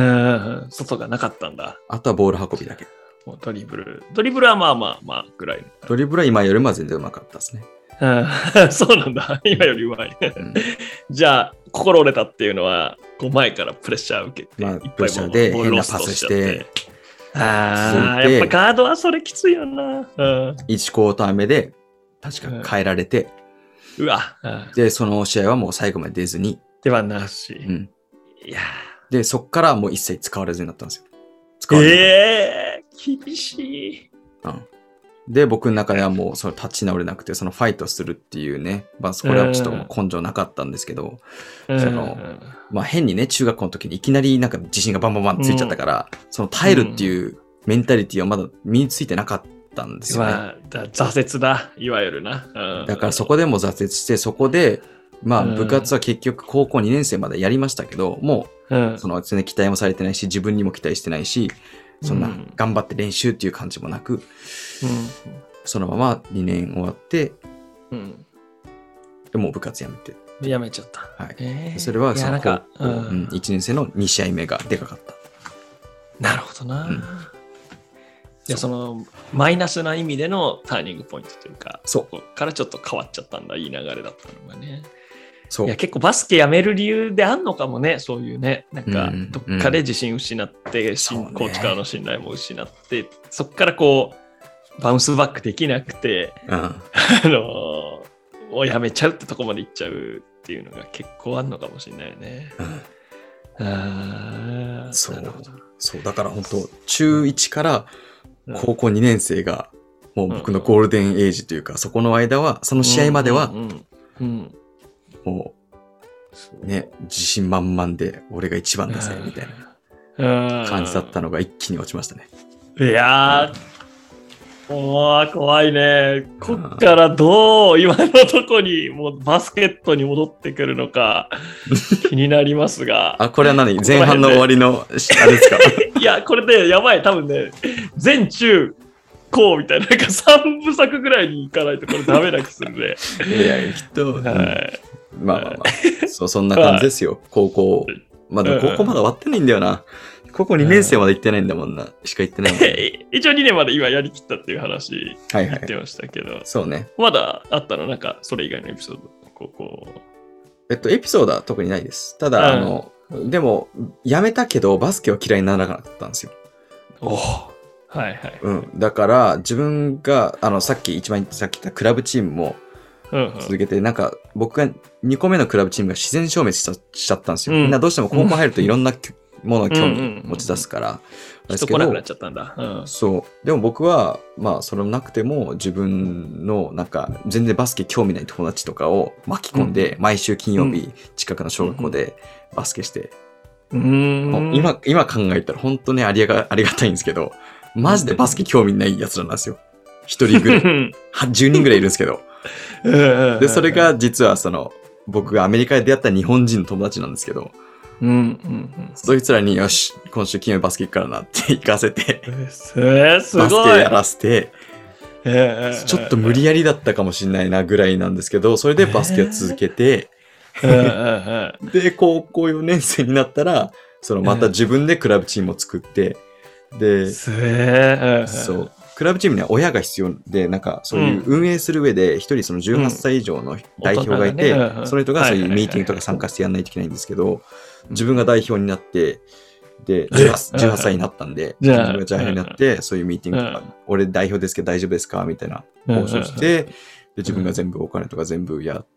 外がなかったんだ。 あとはボール運びだけ。 もうドリブル。ドリブルはまあまあまあぐらい。 ドリブルは今よりも全然うまかったですね。 うん、そうなんだ。今よりうまい。うん、じゃあ、心折れたっていうのは、こう前からプレッシャー受けて、 まあ、いっぱいプレッシャーで変なパスして、 ああ、やっぱガードはそれきついよな。うん、 いちクォーター目で、確か変えられて、 うん、うわ、うん、 で、その試合はもう最後まで出ずに。 ではなし。 うん、 いやで、そっからもう一切使われずになったんですよ。 使われずに。えー、厳しい。 うん。で、僕の中ではもうその立ち直れなくて、そのファイトするっていうね、まあ、これはちょっと根性なかったんですけど、うん、その、まあ、変にね、中学校の時にいきなりなんか自信がバンバンバンついちゃったから、うん、その耐えるっていうメンタリティはまだ身についてなかったんですよね。 まあ、だ挫折だ、いわゆるな。 うん、だからそこでも挫折して、そこで、まあ、部活は結局高校にねん生までやりましたけど、もう、うん、その、全然期待もされてないし、自分にも期待してないし、そんな頑張って練習っていう感じもなく、うん、そのままにねん終わって、うん、でもう部活やめて。 やめちゃった。 はい。えー、それはその高校、うん、いちねん生のに試合目がでかかった。 なるほどな。うん、じゃあそのマイナスな意味でのターニングポイントというか、 そこからちょっと変わっちゃったんだ、いい流れだったのがね。 そういや結構バスケやめる理由であんのかもね、そういうね、なんかどっかで自信失って、うん、コーチからの信頼も失って、そこからこうバウンスバックできなくて、うん、あのをやめちゃうってとこまでいっちゃうっていうのが結構あんのかもしれないよね。うん、あそうそうだから本当中いちから高校にねん生がもう僕のゴールデンエイジというか、うん、そこの間はその試合までは、うんうんうんもう、ね、自信満々で、俺が一番だぜ、みたいな感じだったのが一気に落ちましたね。 いやー、もう怖いね。こっからどう、今のとこに、もうバスケットに戻ってくるのか、気になりますが。 あ、これは何前半の終わりの、あれですかいや、これね、やばい。多分ね、全中、こうみたいな、なんかさんぶ作ぐらいに行かないとこれダメな気するね。 いや、きっと。はいまあまあまあ、そう、そんな感じですよ、高校。まあでも高校まだ終わってないんだよな。高校にねん生まで行ってないんだもんな。しか行ってないもん、ね。 一応にねんまで今やりきったっていう話言ってましたけど。 はいはい、そうね。 まだあったのなんか、それ以外のエピソード。 高校。 えっと、エピソードは特にないです。ただ、うん、あの、でも、やめたけど、バスケは嫌いにならなかったんですよ。 おはいはい。 うん。だから、自分が、あの、さっき一番さっき言ったクラブチームも続けて、うんうん、なんか、僕がにこめのクラブチームが自然消滅しちゃ、しちゃったんですよ。うん、みんなどうしても高校入るといろんなものに興味持ち出すから。 人来なくなっちゃったんだ、うん。 そう。でも僕は、まあ、それもなくても、自分の、なんか、全然バスケ興味ない友達とかを巻き込んで、うん、毎週金曜日、近くの小学校でバスケして、 うん、 今、今考えたら本当にありが、ありがたいんですけど、マジでバスケ興味ないやつなんですよ。一人ぐらい。じゅうにんぐらいいるんですけど。で、それが実はその、僕がアメリカで出会った日本人の友達なんですけど、 うんうんうん、 そいつらによし今週金曜日バスケ行くからなって行かせて、 えー、すごいバスケやらせて、 えー、 ちょっと無理やりだったかもしれないなぐらいなんですけど、それでバスケを続けて、 えー、 で高校よねん生になったらそのまた自分でクラブチームを作って、で、そうクラブチームには親が必要で、なんかそういう運営する上で一人そのじゅうはっさい以上の代表がいて、うんね、その人がそういうミーティングとか参加してやらないといけないんですけど、自分が代表になって、で、じゅうはっさいになったんで、自分が代表になって、そういうミーティングとか、俺代表ですけど大丈夫ですかみたいな交渉して、で、自分が全部お金とか全部やって、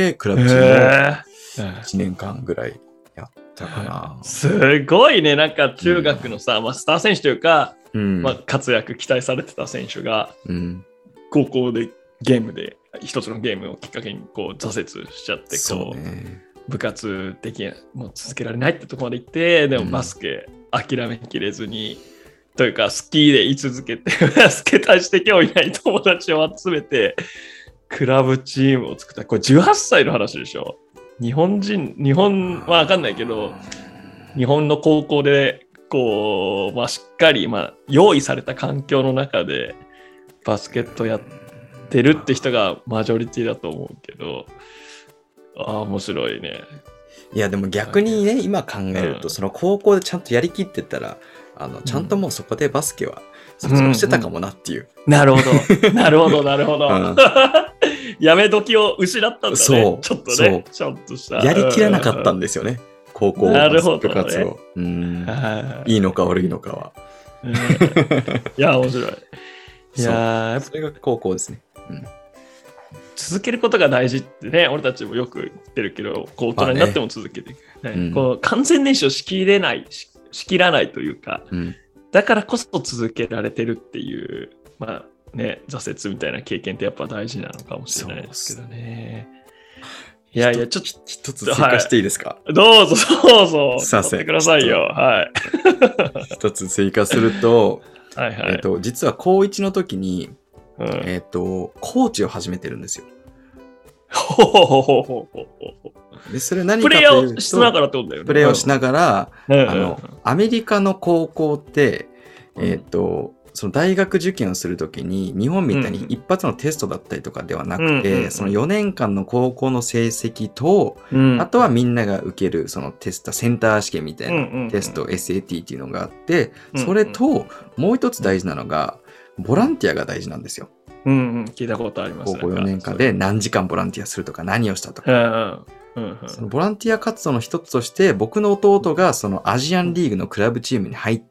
クラブチームをいちねんかんぐらいやったかな。 すごいね、なんか中学のさ、うん、まあ、スター選手というか、 うんまあ、活躍期待されてた選手が、 うん、 高校でゲームで一つのゲームをきっかけにこう挫折しちゃってこう、 ね、 部活的にもう続けられないってところまで行って、でもバスケ諦めきれずに、うん、というか好きで居続けてバスケ対して興味ない友達を集めてクラブチームを作った。これじゅうはっさいの話でしょ。日本人日本は分かんないけど日本の高校でこう、まあ、しっかり、まあ、用意された環境の中でバスケットやってるって人がマジョリティだと思うけど、ああ面白いね。 いやでも逆にね、今考えると、その高校でちゃんとやりきってたら、あのちゃんともうそこでバスケは卒業してたかもなっていう、 うんうん、なるほどなるほどなるほど、うん、やめ時を失ったんだね。 そうちょっとね、ちょっとしたやりきらなかったんですよね、高校の部活を、ね、うんいいのか悪いのかは、 うん、いや面白い。いやそれが高校ですね、うん、 続けることが大事ってね、俺たちもよく言ってるけど、こう大人になっても続けていく、まあねね、この完全燃焼しきれないし、しきらないというか、 うん、 だからこそ続けられてるっていう、まあね、挫折みたいな経験ってやっぱ大事なのかもしれないですけどね。いやいや、ちょっと一つ追加していいですか？ はい、どうぞどうぞ。 させてくださいよ。はい。 一つ追加すると、 はいはい、 えーと、実は高いちの時に、 うん、 えっ、ー、と、コーチを始めてるんですよ。 ほほほほほほ。 で、それ何かというと、 プレイヤーをしながらってことだよね。 プレイヤーをしながら、 うん、 あの、アメリカの高校って、えっ、ー、と、その大学受験をするときに、日本みたいに一発のテストだったりとかではなくて、うん、そのよねんかんの高校の成績と、うん、あとはみんなが受けるそのテスト、センター試験みたいなテスト、うん、エスエーティー っていうのがあって、それと、もう一つ大事なのが、ボランティアが大事なんですよ。 うんうん、聞いたことあります。 高校よねんかんで何時間ボランティアするとか何をしたとか。 うんうんうん、 そのボランティア活動の一つとして、僕の弟がそのアジアンリーグのクラブチームに入って、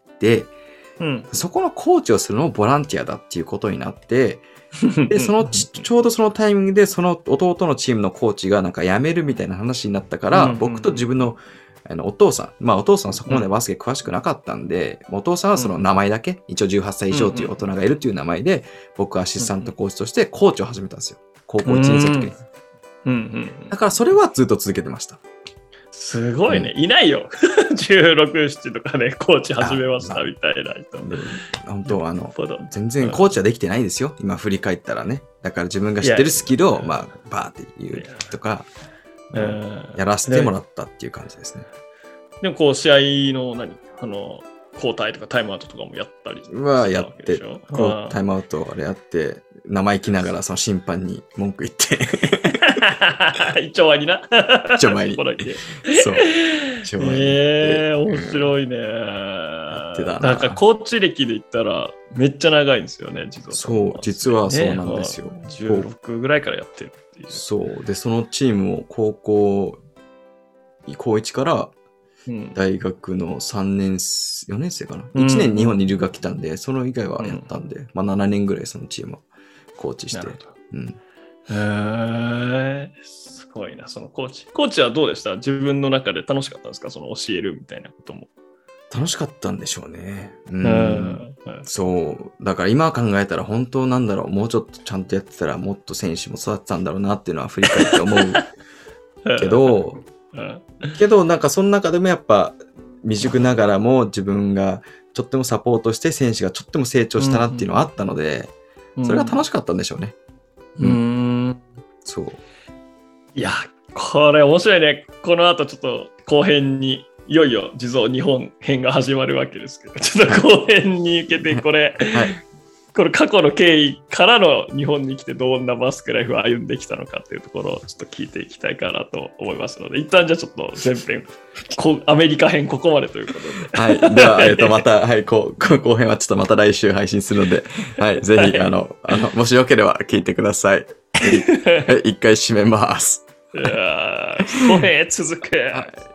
うん、 そこのコーチをするのもボランティアだっていうことになって、で、そのち、ちょうどそのタイミングでその弟のチームのコーチがなんか辞めるみたいな話になったから、うんうん、僕と自分のあのお父さん、まあお父さんはそこまでバスケ詳しくなかったんで、うん、お父さんはその名前だけ、一応じゅうはっさい以上という大人がいるっていう名前で、僕はアシスタントコーチとしてコーチを始めたんですよ。高校いちねん生の時に。 うんうん、 だからそれはずっと続けてました。 すごいね、うん、いないよ。じゅうろく、ななとかね、コーチ始めましたみたいな人。 本当、あの、全然コーチはできてないですよ。今振り返ったらね。だから自分が知ってるスキルを、まあ、バーって言うとか、やらせてもらったっていう感じですね。 でもこう、試合の何あの、交代とかタイムアウトとかもやったりはやって、こうタイムアウトあれやって、生意気ながらその審判に文句言って。 一丁前にな。 一丁前に。そう。 一丁前に。えー、面白いね。やってたな。なんかコーチ歴で言ったらめっちゃ長いんですよね、実は。 そう、実はそうなんですよ。 じゅうろくぐらいからやってる。 っていう。 そう。で、そのチームを高校、高いちから大学のさんねん、よねん生かな、うん、いちねん日本に留学来たんで、その以外はやったんで、うん、まあななねんぐらいそのチームをコーチして。うん、 へー、すごいな、そのコーチ。コーチはどうでした？自分の中で楽しかったんですか？その教えるみたいなことも。 楽しかったんでしょうね。うん。そう。だから今考えたら本当なんだろう、もうちょっとちゃんとやってたらもっと選手も育ってたんだろうなっていうのは振り返って思うけど、けどなんかその中でもやっぱ未熟ながらも自分がちょっとでもサポートして選手がちょっとでも成長したなっていうのはあったので、それが楽しかったんでしょうね。 うん。うん、 そう。 いや、これ面白いね。この後ちょっと後編にいよいよ地蔵日本編が始まるわけですけど、ちょっと後編に向けてこれ、はい、この過去の経緯からの日本に来てどんなバスケライフを歩んできたのかっていうところをちょっと聞いていきたいかなと思いますので、一旦じゃあちょっと前編こアメリカ編ここまでということで、 はい、では、えー、とまた、はい、こう後編はちょっとまた来週配信するので、はい、ぜひあのあのもしよければ聞いてください。はい、一回締めます。 いやー後編続く。はい